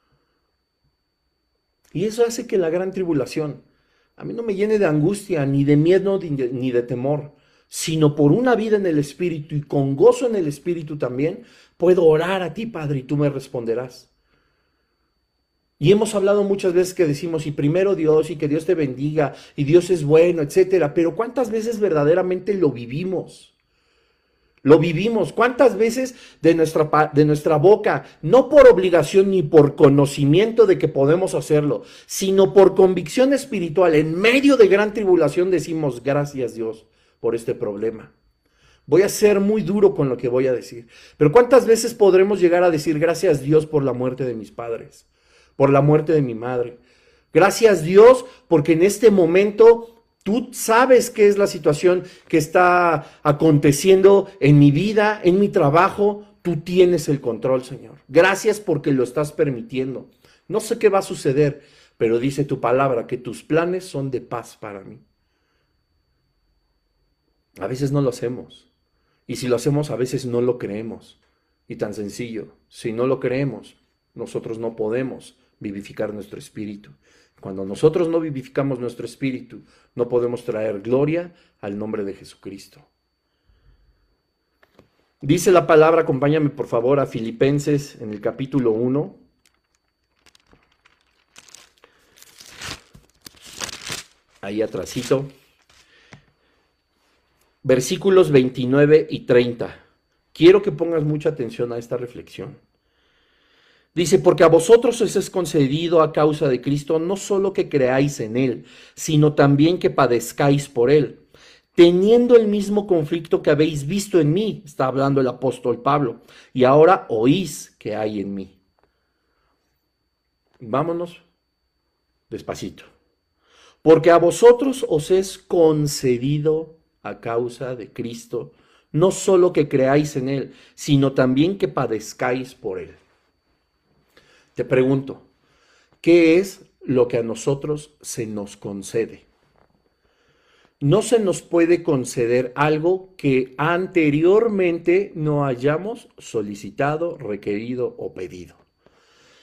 Y eso hace que la gran tribulación a mí no me llene de angustia, ni de miedo, ni de temor, sino por una vida en el Espíritu y con gozo en el Espíritu también, puedo orar a ti, Padre, y tú me responderás. Y hemos hablado muchas veces que decimos, y primero Dios, y que Dios te bendiga, y Dios es bueno, etcétera, pero ¿cuántas veces verdaderamente lo vivimos? Lo vivimos. ¿Cuántas veces de nuestra boca, no por obligación ni por conocimiento de que podemos hacerlo, sino por convicción espiritual, en medio de gran tribulación decimos: gracias Dios por este problema? Voy a ser muy duro con lo que voy a decir, pero ¿cuántas veces podremos llegar a decir: gracias Dios por la muerte de mis padres, por la muerte de mi madre? Gracias Dios porque en este momento tú sabes qué es la situación que está aconteciendo en mi vida, en mi trabajo. Tú tienes el control, Señor. Gracias porque lo estás permitiendo. No sé qué va a suceder, pero dice tu palabra que tus planes son de paz para mí. A veces no lo hacemos. Y si lo hacemos, a veces no lo creemos. Y tan sencillo, si no lo creemos, nosotros no podemos vivificar nuestro espíritu. Cuando nosotros no vivificamos nuestro espíritu, no podemos traer gloria al nombre de Jesucristo. Dice la palabra, acompáñame por favor a Filipenses en el capítulo 1. Ahí atrasito. Versículos 29 y 30. Quiero que pongas mucha atención a esta reflexión. Dice, porque a vosotros os es concedido a causa de Cristo no solo que creáis en Él, sino también que padezcáis por Él, teniendo el mismo conflicto que habéis visto en mí, está hablando el apóstol Pablo, y ahora oís que hay en mí. Vámonos despacito. Porque a vosotros os es concedido a causa de Cristo no solo que creáis en Él, sino también que padezcáis por Él. Te pregunto, ¿qué es lo que a nosotros se nos concede? No se nos puede conceder algo que anteriormente no hayamos solicitado, requerido o pedido.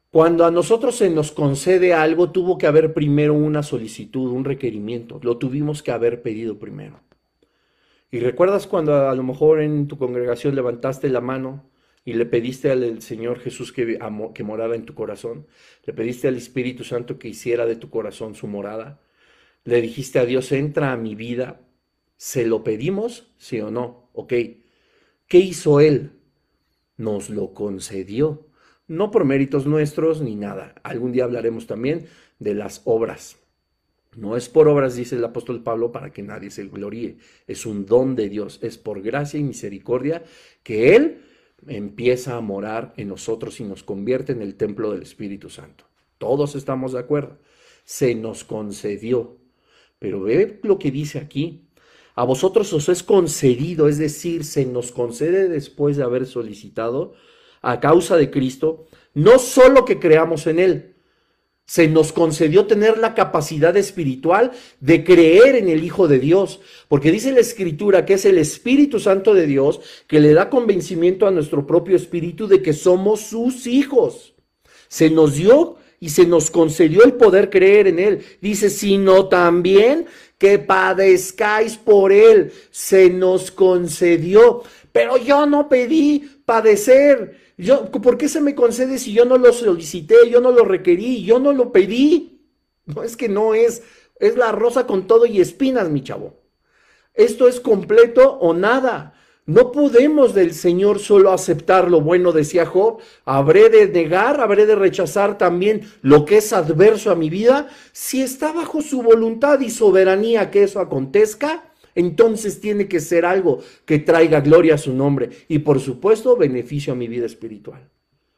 Cuando a nosotros se nos concede algo, tuvo que haber primero una solicitud, un requerimiento. Lo tuvimos que haber pedido primero. ¿Y recuerdas cuando a lo mejor en tu congregación levantaste la mano y le pediste al Señor Jesús que morara en tu corazón? Le pediste al Espíritu Santo que hiciera de tu corazón su morada. Le dijiste a Dios, entra a mi vida. ¿Se lo pedimos? ¿Sí o no? Ok. ¿Qué hizo Él? Nos lo concedió. No por méritos nuestros ni nada. Algún día hablaremos también de las obras. No es por obras, dice el apóstol Pablo, para que nadie se gloríe. Es un don de Dios. Es por gracia y misericordia que Él empieza a morar en nosotros y nos convierte en el templo del Espíritu Santo. Todos estamos de acuerdo. Se nos concedió. Pero ve lo que dice aquí. A vosotros os es concedido, es decir, se nos concede después de haber solicitado a causa de Cristo, no solo que creamos en Él, se nos concedió tener la capacidad espiritual de creer en el Hijo de Dios, porque dice la Escritura que es el Espíritu Santo de Dios que le da convencimiento a nuestro propio espíritu de que somos sus hijos. Se nos dio y se nos concedió el poder creer en Él. Dice, sino también que padezcáis por Él. Se nos concedió. Pero yo no pedí padecer. ¿Por qué se me concede si yo no lo solicité, yo no lo requerí, yo no lo pedí? No es que no es la rosa con todo y espinas, mi chavo. Esto es completo o nada. No podemos del Señor solo aceptar lo bueno, decía Job. Habré de negar, habré de rechazar también lo que es adverso a mi vida. Si está bajo su voluntad y soberanía que eso acontezca, entonces tiene que ser algo que traiga gloria a su nombre y por supuesto beneficio a mi vida espiritual.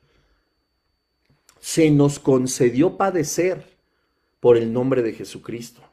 Se nos concedió padecer por el nombre de Jesucristo.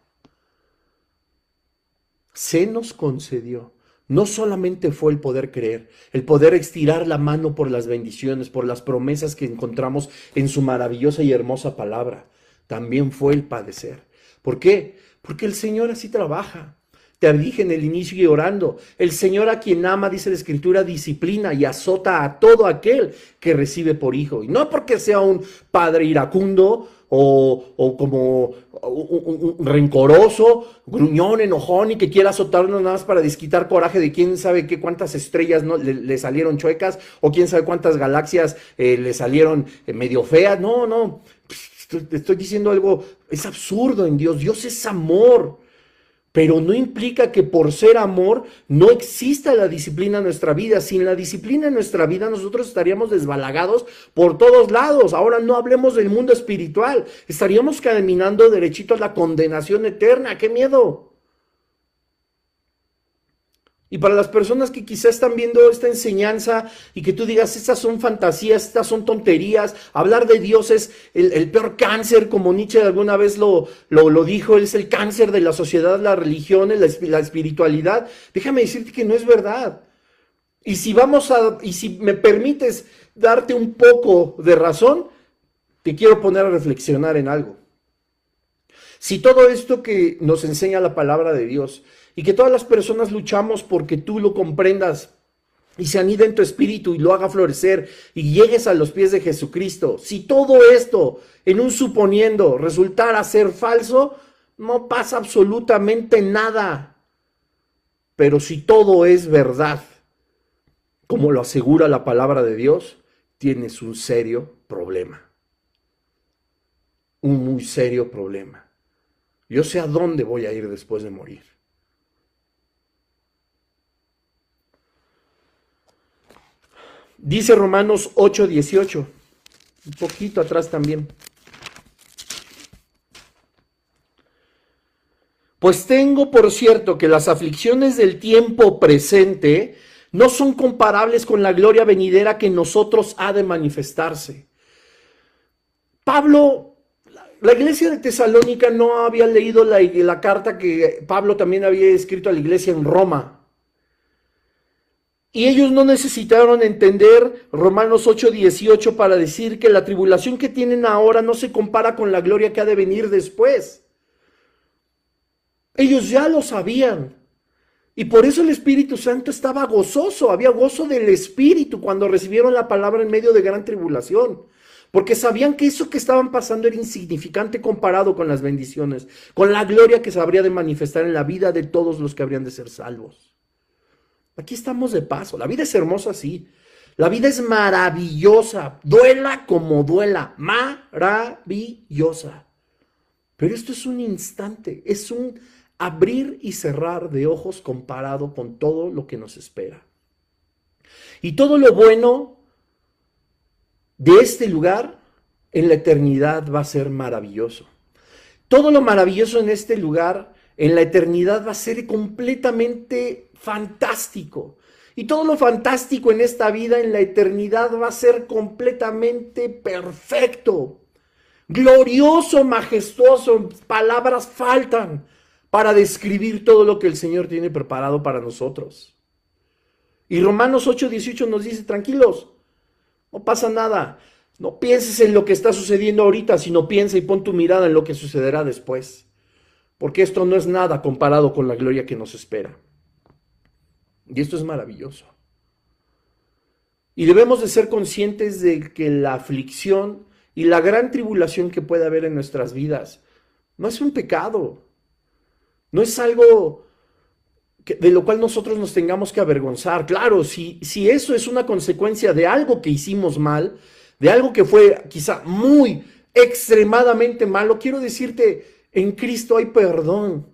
Se nos concedió. No solamente fue el poder creer, el poder estirar la mano por las bendiciones, por las promesas que encontramos en su maravillosa y hermosa palabra. También fue el padecer. ¿Por qué? Porque el Señor así trabaja. Te dije en el inicio y orando, el Señor a quien ama, dice la Escritura, disciplina y azota a todo aquel que recibe por hijo. Y no porque sea un padre iracundo o como un rencoroso, gruñón, enojón y que quiera azotarnos nada más para desquitar coraje de quién sabe qué cuántas estrellas no, le salieron chuecas o quién sabe cuántas galaxias le salieron medio feas. No, estoy diciendo algo, es absurdo en Dios. Dios es amor. Pero no implica que por ser amor no exista la disciplina en nuestra vida. Sin la disciplina en nuestra vida nosotros estaríamos desbalagados por todos lados. Ahora no hablemos del mundo espiritual. Estaríamos caminando derechito a la condenación eterna. ¡Qué miedo! Y para las personas que quizás están viendo esta enseñanza y que tú digas, estas son fantasías, estas son tonterías, hablar de Dios es el peor cáncer, como Nietzsche alguna vez lo dijo, es el cáncer de la sociedad, la religión, la espiritualidad. Déjame decirte que no es verdad. Y si me permites darte un poco de razón, te quiero poner a reflexionar en algo. Si todo esto que nos enseña la palabra de Dios y que todas las personas luchamos porque tú lo comprendas y se anide en tu espíritu y lo haga florecer y llegues a los pies de Jesucristo, si todo esto en un suponiendo resultara ser falso, no pasa absolutamente nada. Pero si todo es verdad, como lo asegura la palabra de Dios, tienes un serio problema. Un muy serio problema. Yo sé a dónde voy a ir después de morir. Dice Romanos 8:18, un poquito atrás también. Pues tengo por cierto que las aflicciones del tiempo presente no son comparables con la gloria venidera que en nosotros ha de manifestarse. Pablo, la iglesia de Tesalónica no había leído la carta que Pablo también había escrito a la iglesia en Roma. Y ellos no necesitaron entender Romanos 8:18 para decir que la tribulación que tienen ahora no se compara con la gloria que ha de venir después. Ellos ya lo sabían. Y por eso el Espíritu Santo estaba gozoso, había gozo del Espíritu cuando recibieron la palabra en medio de gran tribulación. porque sabían que eso que estaban pasando era insignificante comparado con las bendiciones, con la gloria que se habría de manifestar en la vida de todos los que habrían de ser salvos. Aquí estamos de paso. La vida es hermosa, sí. La vida es maravillosa, duela como duela, maravillosa. Pero esto es un instante, es un abrir y cerrar de ojos comparado con todo lo que nos espera. Y todo lo bueno de este lugar en la eternidad va a ser maravilloso. Todo lo maravilloso en este lugar en la eternidad va a ser completamente fantástico. Y todo lo fantástico en esta vida en la eternidad va a ser completamente perfecto. Glorioso, majestuoso, palabras faltan para describir todo lo que el Señor tiene preparado para nosotros. Y Romanos 8:18 nos dice, tranquilos, no pasa nada, no pienses en lo que está sucediendo ahorita, sino piensa y pon tu mirada en lo que sucederá después, porque esto no es nada comparado con la gloria que nos espera. Y esto es maravilloso. Y debemos de ser conscientes de que la aflicción y la gran tribulación que puede haber en nuestras vidas no es un pecado, no es algo de lo cual nosotros nos tengamos que avergonzar. Claro, si eso es una consecuencia de algo que hicimos mal, de algo que fue quizá muy extremadamente malo, quiero decirte, en Cristo hay perdón.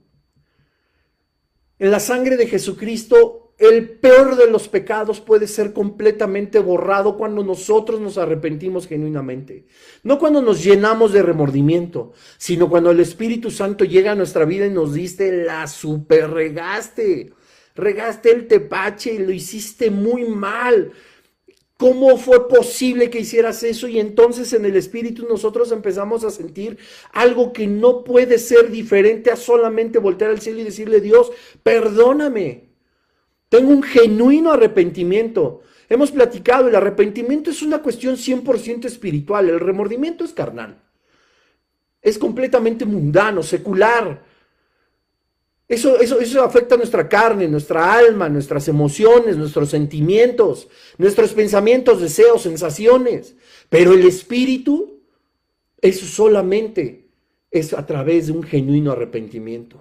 En la sangre de Jesucristo, el peor de los pecados puede ser completamente borrado cuando nosotros nos arrepentimos genuinamente. No cuando nos llenamos de remordimiento, sino cuando el Espíritu Santo llega a nuestra vida y nos dice, la super regaste el tepache y lo hiciste muy mal. ¿Cómo fue posible que hicieras eso? Y entonces en el Espíritu nosotros empezamos a sentir algo que no puede ser diferente a solamente voltear al cielo y decirle, Dios, perdóname. Tengo un genuino arrepentimiento. Hemos platicado, el arrepentimiento es una cuestión 100% espiritual. El remordimiento es carnal. Es completamente mundano, secular. Eso afecta a nuestra carne, nuestra alma, nuestras emociones, nuestros sentimientos, nuestros pensamientos, deseos, sensaciones. Pero el espíritu, eso solamente es a través de un genuino arrepentimiento.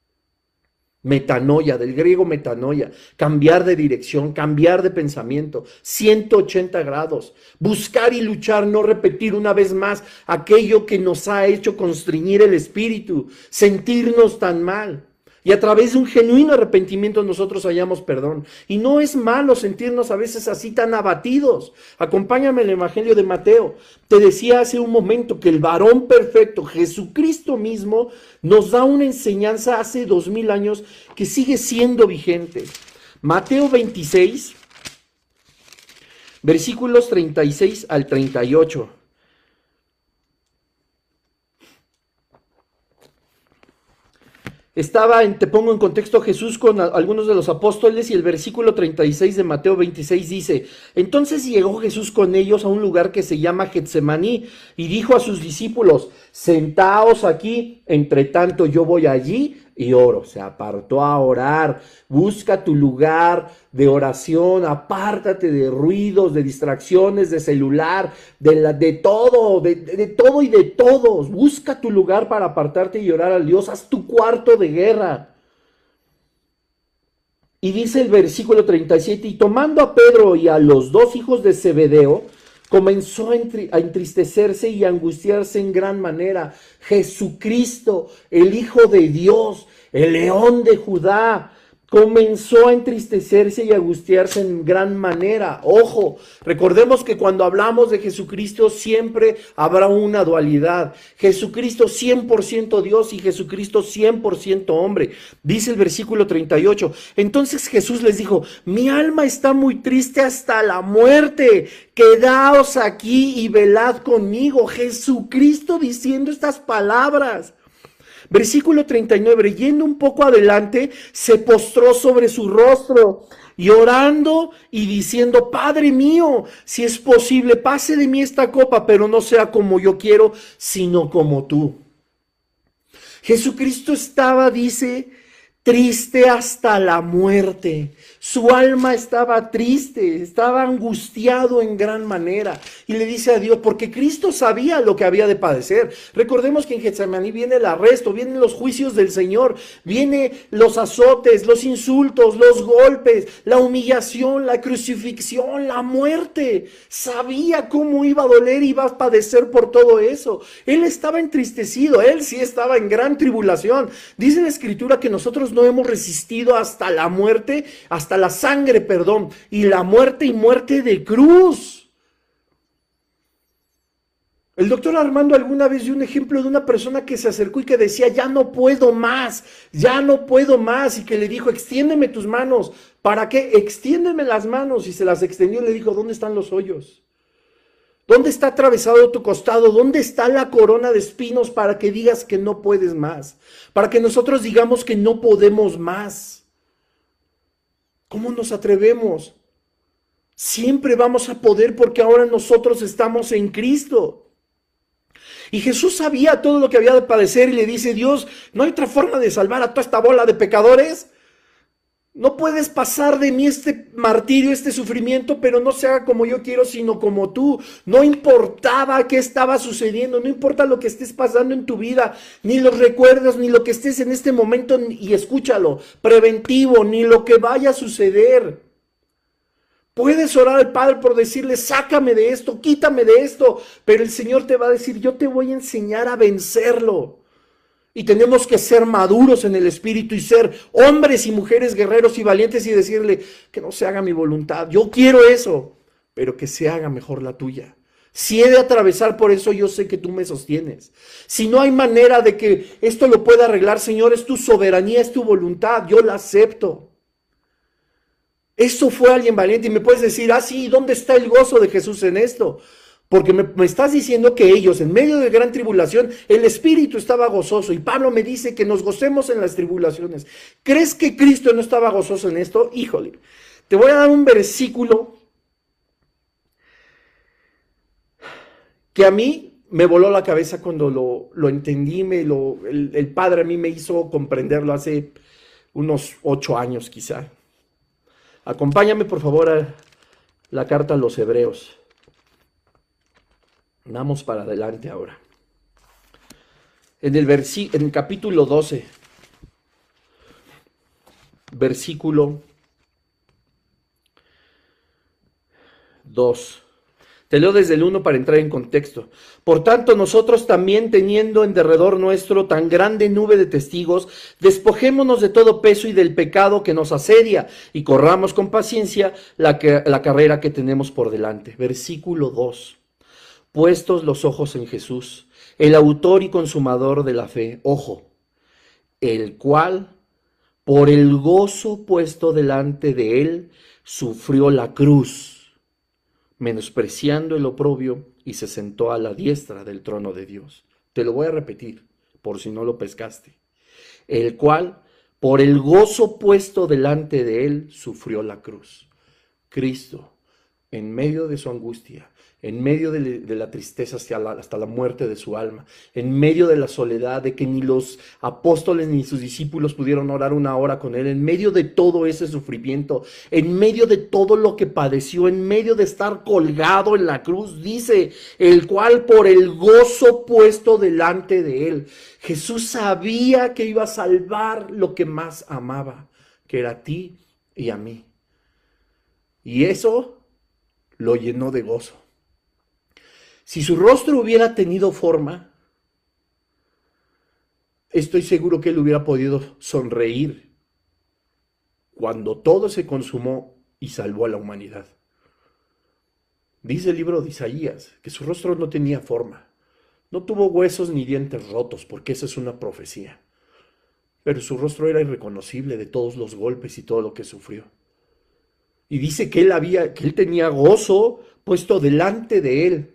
Metanoia, del griego metanoia, cambiar de dirección, cambiar de pensamiento, 180 grados, buscar y luchar, no repetir una vez más aquello que nos ha hecho constreñir el espíritu, sentirnos tan mal. Y a través de un genuino arrepentimiento nosotros hallamos perdón. Y no es malo sentirnos a veces así tan abatidos. Acompáñame al Evangelio de Mateo. Te decía hace un momento que el varón perfecto, Jesucristo mismo, nos da una enseñanza hace 2000 años que sigue siendo vigente. Mateo 26, versículos 36 al 38. Te pongo en contexto, Jesús con algunos de los apóstoles, y el versículo 36 de Mateo 26 dice, entonces llegó Jesús con ellos a un lugar que se llama Getsemaní y dijo a sus discípulos, sentaos aquí, entre tanto yo voy allí y oro. Se apartó a orar, busca tu lugar de oración, apártate de ruidos, de distracciones, de celular, de todo y de todos. Busca tu lugar para apartarte y orar al Dios, haz tu cuarto de guerra. Y dice el versículo 37, y tomando a Pedro y a los dos hijos de Zebedeo, comenzó a entristecerse y a angustiarse en gran manera. Jesucristo, el Hijo de Dios, el León de Judá, comenzó a entristecerse y a angustiarse en gran manera. Ojo, recordemos que cuando hablamos de Jesucristo siempre habrá una dualidad. Jesucristo 100% Dios y Jesucristo 100% hombre. Dice el versículo 38. Entonces Jesús les dijo, mi alma está muy triste hasta la muerte. Quedaos aquí y velad conmigo. Jesucristo diciendo estas palabras. Versículo 39, yendo un poco adelante, se postró sobre su rostro y orando y diciendo, Padre mío, si es posible, pase de mí esta copa, pero no sea como yo quiero, sino como tú. Jesucristo estaba, dice, triste hasta la muerte. Su alma estaba triste, estaba angustiado en gran manera. Y le dice a Dios, porque Cristo sabía lo que había de padecer. Recordemos que en Getsemaní viene el arresto, vienen los juicios del Señor, vienen los azotes, los insultos, los golpes, la humillación, la crucifixión, la muerte. Sabía cómo iba a doler, iba a padecer por todo eso. Él estaba entristecido, él sí estaba en gran tribulación. Dice la Escritura que nosotros no hemos resistido hasta la muerte, hasta la sangre, perdón, y la muerte y muerte de cruz. El doctor Armando alguna vez dio un ejemplo de una persona que se acercó y que decía, ya no puedo más, y que le dijo, extiéndeme tus manos. ¿Para qué? Extiéndeme las manos, y se las extendió y le dijo, ¿dónde están los hoyos? ¿Dónde está atravesado tu costado? ¿Dónde está la corona de espinos para que digas que no puedes más? Para que nosotros digamos que no podemos más. ¿Cómo nos atrevemos? Siempre vamos a poder porque ahora nosotros estamos en Cristo. Y Jesús sabía todo lo que había de padecer y le dice, Dios, ¿no hay otra forma de salvar a toda esta bola de pecadores? No puedes pasar de mí este martirio, este sufrimiento, pero no se haga como yo quiero, sino como tú. No importaba qué estaba sucediendo, no importa lo que estés pasando en tu vida, ni los recuerdos, ni lo que estés en este momento, y escúchalo, preventivo, ni lo que vaya a suceder. Puedes orar al Padre por decirle, sácame de esto, quítame de esto, pero el Señor te va a decir, yo te voy a enseñar a vencerlo. Y tenemos que ser maduros en el espíritu y ser hombres y mujeres guerreros y valientes y decirle que no se haga mi voluntad. Yo quiero eso, pero que se haga mejor la tuya. Si he de atravesar por eso, yo sé que tú me sostienes. Si no hay manera de que esto lo pueda arreglar, Señor, es tu soberanía, es tu voluntad, yo la acepto. Eso fue alguien valiente y me puedes decir, sí, ¿dónde está el gozo de Jesús en esto? Porque me estás diciendo que ellos, en medio de gran tribulación, el espíritu estaba gozoso. Y Pablo me dice que nos gocemos en las tribulaciones. ¿Crees que Cristo no estaba gozoso en esto? Híjole, te voy a dar un versículo que a mí me voló la cabeza cuando lo entendí. El Padre a mí me hizo comprenderlo hace unos 8 años quizá. Acompáñame por favor a la carta a los Hebreos. Vamos para adelante ahora. En el capítulo 12, versículo 2. Te leo desde el 1 para entrar en contexto. Por tanto, nosotros también, teniendo en derredor nuestro tan grande nube de testigos, despojémonos de todo peso y del pecado que nos asedia, y corramos con paciencia la carrera que tenemos por delante. Versículo 2. Puestos los ojos en Jesús, el autor y consumador de la fe, ojo, el cual, por el gozo puesto delante de él, sufrió la cruz, menospreciando el oprobio, y se sentó a la diestra del trono de Dios. Te lo voy a repetir, por si no lo pescaste. El cual, por el gozo puesto delante de él, sufrió la cruz. Cristo, en medio de su angustia, en medio de la tristeza hasta la muerte de su alma, en medio de la soledad, de que ni los apóstoles ni sus discípulos pudieron orar una hora con él, en medio de todo ese sufrimiento, en medio de todo lo que padeció, en medio de estar colgado en la cruz, dice, el cual por el gozo puesto delante de él, Jesús sabía que iba a salvar lo que más amaba, que era a ti y a mí. Y eso lo llenó de gozo. Si su rostro hubiera tenido forma, estoy seguro que él hubiera podido sonreír cuando todo se consumó y salvó a la humanidad. Dice el libro de Isaías que su rostro no tenía forma, no tuvo huesos ni dientes rotos, porque esa es una profecía, pero su rostro era irreconocible de todos los golpes y todo lo que sufrió. Y dice que él tenía gozo puesto delante de él.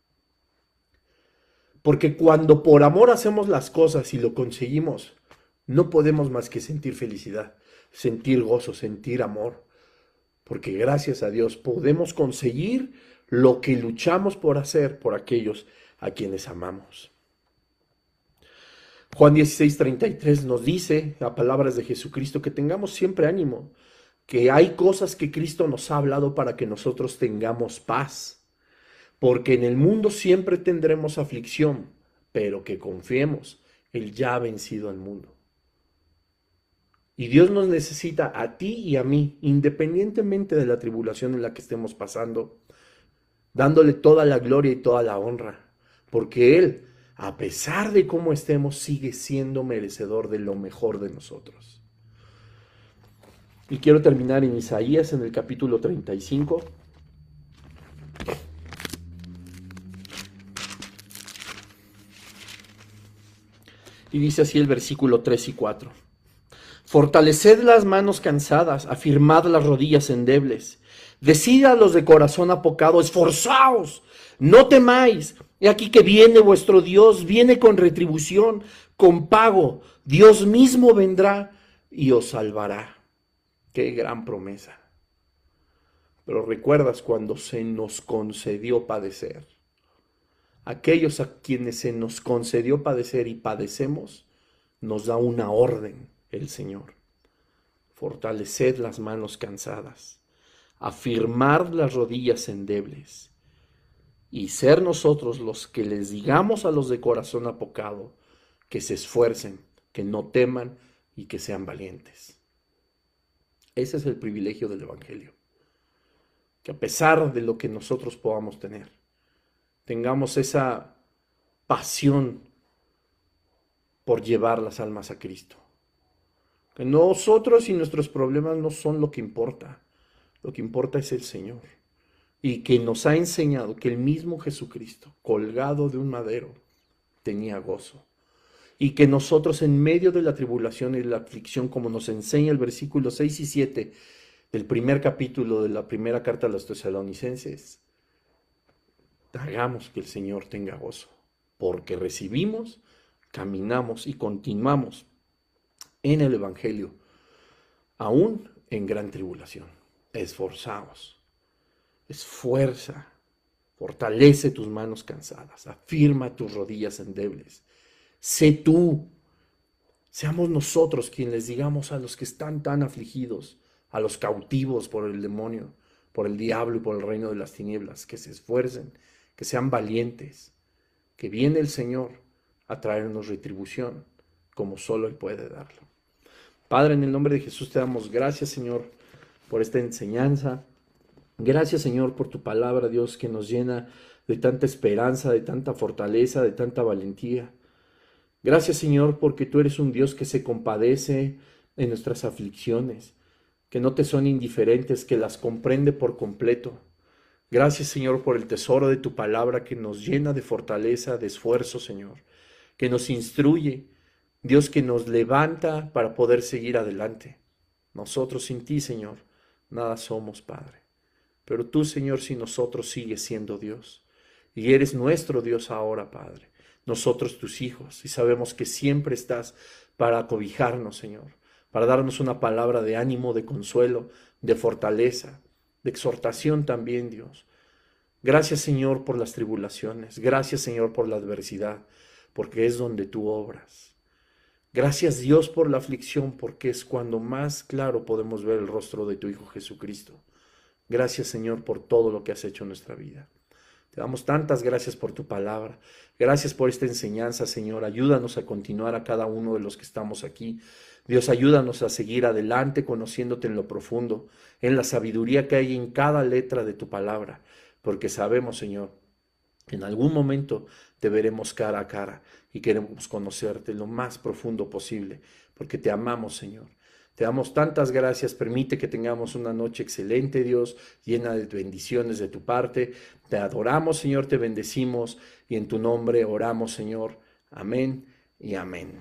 Porque cuando por amor hacemos las cosas y lo conseguimos, no podemos más que sentir felicidad, sentir gozo, sentir amor. Porque gracias a Dios podemos conseguir lo que luchamos por hacer por aquellos a quienes amamos. Juan 16:33 nos dice, a palabras de Jesucristo, que tengamos siempre ánimo, que hay cosas que Cristo nos ha hablado para que nosotros tengamos paz, porque en el mundo siempre tendremos aflicción, pero que confiemos, Él ya ha vencido al mundo. Y Dios nos necesita a ti y a mí, independientemente de la tribulación en la que estemos pasando, dándole toda la gloria y toda la honra, porque Él, a pesar de cómo estemos, sigue siendo merecedor de lo mejor de nosotros. Y quiero terminar en Isaías, en el capítulo 35. Y dice así el versículo 3 y 4. Fortaleced las manos cansadas, afirmad las rodillas endebles. Decid a los de corazón apocado, esforzaos, no temáis. He aquí que viene vuestro Dios, viene con retribución, con pago. Dios mismo vendrá y os salvará. Qué gran promesa. Pero recuerdas cuando se nos concedió padecer. Aquellos a quienes se nos concedió padecer y padecemos, nos da una orden el Señor. Fortaleced las manos cansadas, afirmar las rodillas endebles y ser nosotros los que les digamos a los de corazón apocado que se esfuercen, que no teman y que sean valientes. Ese es el privilegio del Evangelio. Que a pesar de lo que nosotros podamos tener, tengamos esa pasión por llevar las almas a Cristo. Que nosotros y nuestros problemas no son lo que importa. Lo que importa es el Señor. Y que nos ha enseñado que el mismo Jesucristo, colgado de un madero, tenía gozo. Y que nosotros en medio de la tribulación y de la aflicción, como nos enseña el versículo 6 y 7 del primer capítulo de la primera carta a los Tesalonicenses, hagamos que el Señor tenga gozo, porque recibimos, caminamos y continuamos en el Evangelio, aún en gran tribulación. Esforzaos, esfuerza, fortalece tus manos cansadas, afirma tus rodillas endebles. Sé tú, seamos nosotros quienes les digamos a los que están tan afligidos, a los cautivos por el demonio, por el diablo y por el reino de las tinieblas, que se esfuercen, que sean valientes, que viene el Señor a traernos retribución, como solo Él puede darlo. Padre, en el nombre de Jesús te damos gracias, Señor, por esta enseñanza. Gracias, Señor, por tu palabra, Dios, que nos llena de tanta esperanza, de tanta fortaleza, de tanta valentía. Gracias, Señor, porque tú eres un Dios que se compadece en nuestras aflicciones, que no te son indiferentes, que las comprende por completo. Gracias, Señor, por el tesoro de tu palabra que nos llena de fortaleza, de esfuerzo, Señor, que nos instruye, Dios, que nos levanta para poder seguir adelante. Nosotros sin ti, Señor, nada somos, Padre. Pero tú, Señor, sin nosotros sigues siendo Dios. Y eres nuestro Dios ahora, Padre. Nosotros tus hijos. Y sabemos que siempre estás para acobijarnos, Señor. Para darnos una palabra de ánimo, de consuelo, de fortaleza, de exhortación también, Dios. Gracias, Señor, por las tribulaciones. Gracias, Señor, por la adversidad, porque es donde tú obras. Gracias, Dios, por la aflicción, porque es cuando más claro podemos ver el rostro de tu Hijo Jesucristo. Gracias, Señor, por todo lo que has hecho en nuestra vida. Te damos tantas gracias por tu palabra. Gracias por esta enseñanza, Señor. Ayúdanos a continuar a cada uno de los que estamos aquí. Dios, ayúdanos a seguir adelante conociéndote en lo profundo, en la sabiduría que hay en cada letra de tu palabra, porque sabemos, Señor, en algún momento te veremos cara a cara y queremos conocerte lo más profundo posible, porque te amamos, Señor. Te damos tantas gracias, permite que tengamos una noche excelente, Dios, llena de bendiciones de tu parte. Te adoramos, Señor, te bendecimos y en tu nombre oramos, Señor. Amén y amén.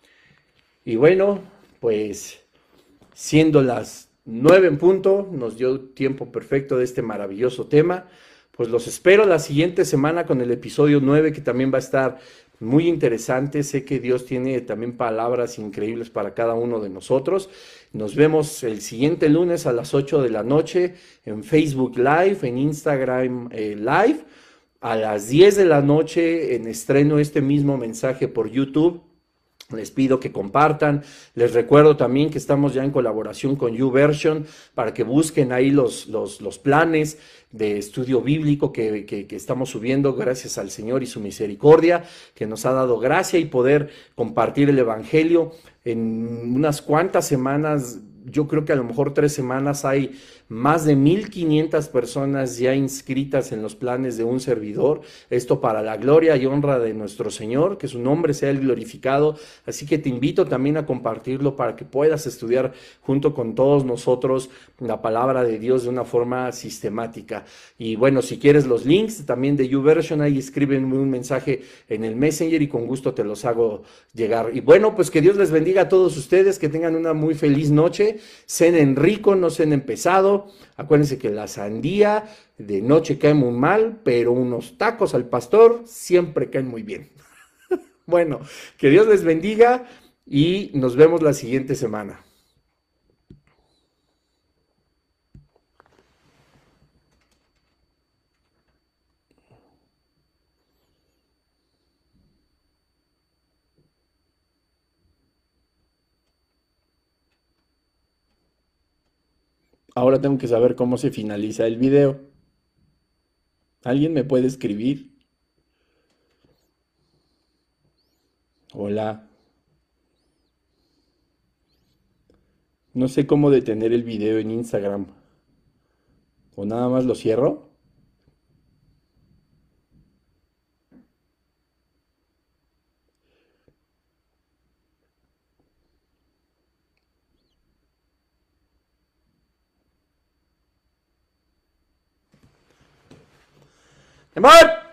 Y bueno, pues siendo las 9 en punto, nos dio tiempo perfecto de este maravilloso tema. Pues los espero la siguiente semana con el episodio 9, que también va a estar muy interesante. Sé que Dios tiene también palabras increíbles para cada uno de nosotros. Nos vemos el siguiente lunes a las 8 de la noche en Facebook Live, en Instagram Live. A las 10 de la noche en estreno este mismo mensaje por YouTube. Les pido que compartan. Les recuerdo también que estamos ya en colaboración con YouVersion para que busquen ahí los planes de estudio bíblico que estamos subiendo gracias al Señor y su misericordia, que nos ha dado gracia y poder compartir el Evangelio. En unas cuantas semanas, yo creo que a lo mejor 3 semanas, hay más de 1,500 personas ya inscritas en los planes de un servidor. Esto para la gloria y honra de nuestro Señor, que su nombre sea el glorificado. Así que te invito también a compartirlo para que puedas estudiar junto con todos nosotros la palabra de Dios de una forma sistemática. Y bueno, si quieres los links también de YouVersion, ahí escríbenme un mensaje en el Messenger y con gusto te los hago llegar. Y bueno, pues que Dios les bendiga a todos ustedes, que tengan una muy feliz noche. Cenen rico, no cenen pesado. Acuérdense que la sandía de noche cae muy mal, pero unos tacos al pastor siempre caen muy bien. Bueno, que Dios les bendiga y nos vemos la siguiente semana. Ahora tengo que saber cómo se finaliza el video. ¿Alguien me puede escribir? Hola. No sé cómo detener el video en Instagram. ¿O nada más lo cierro? ¡Amor!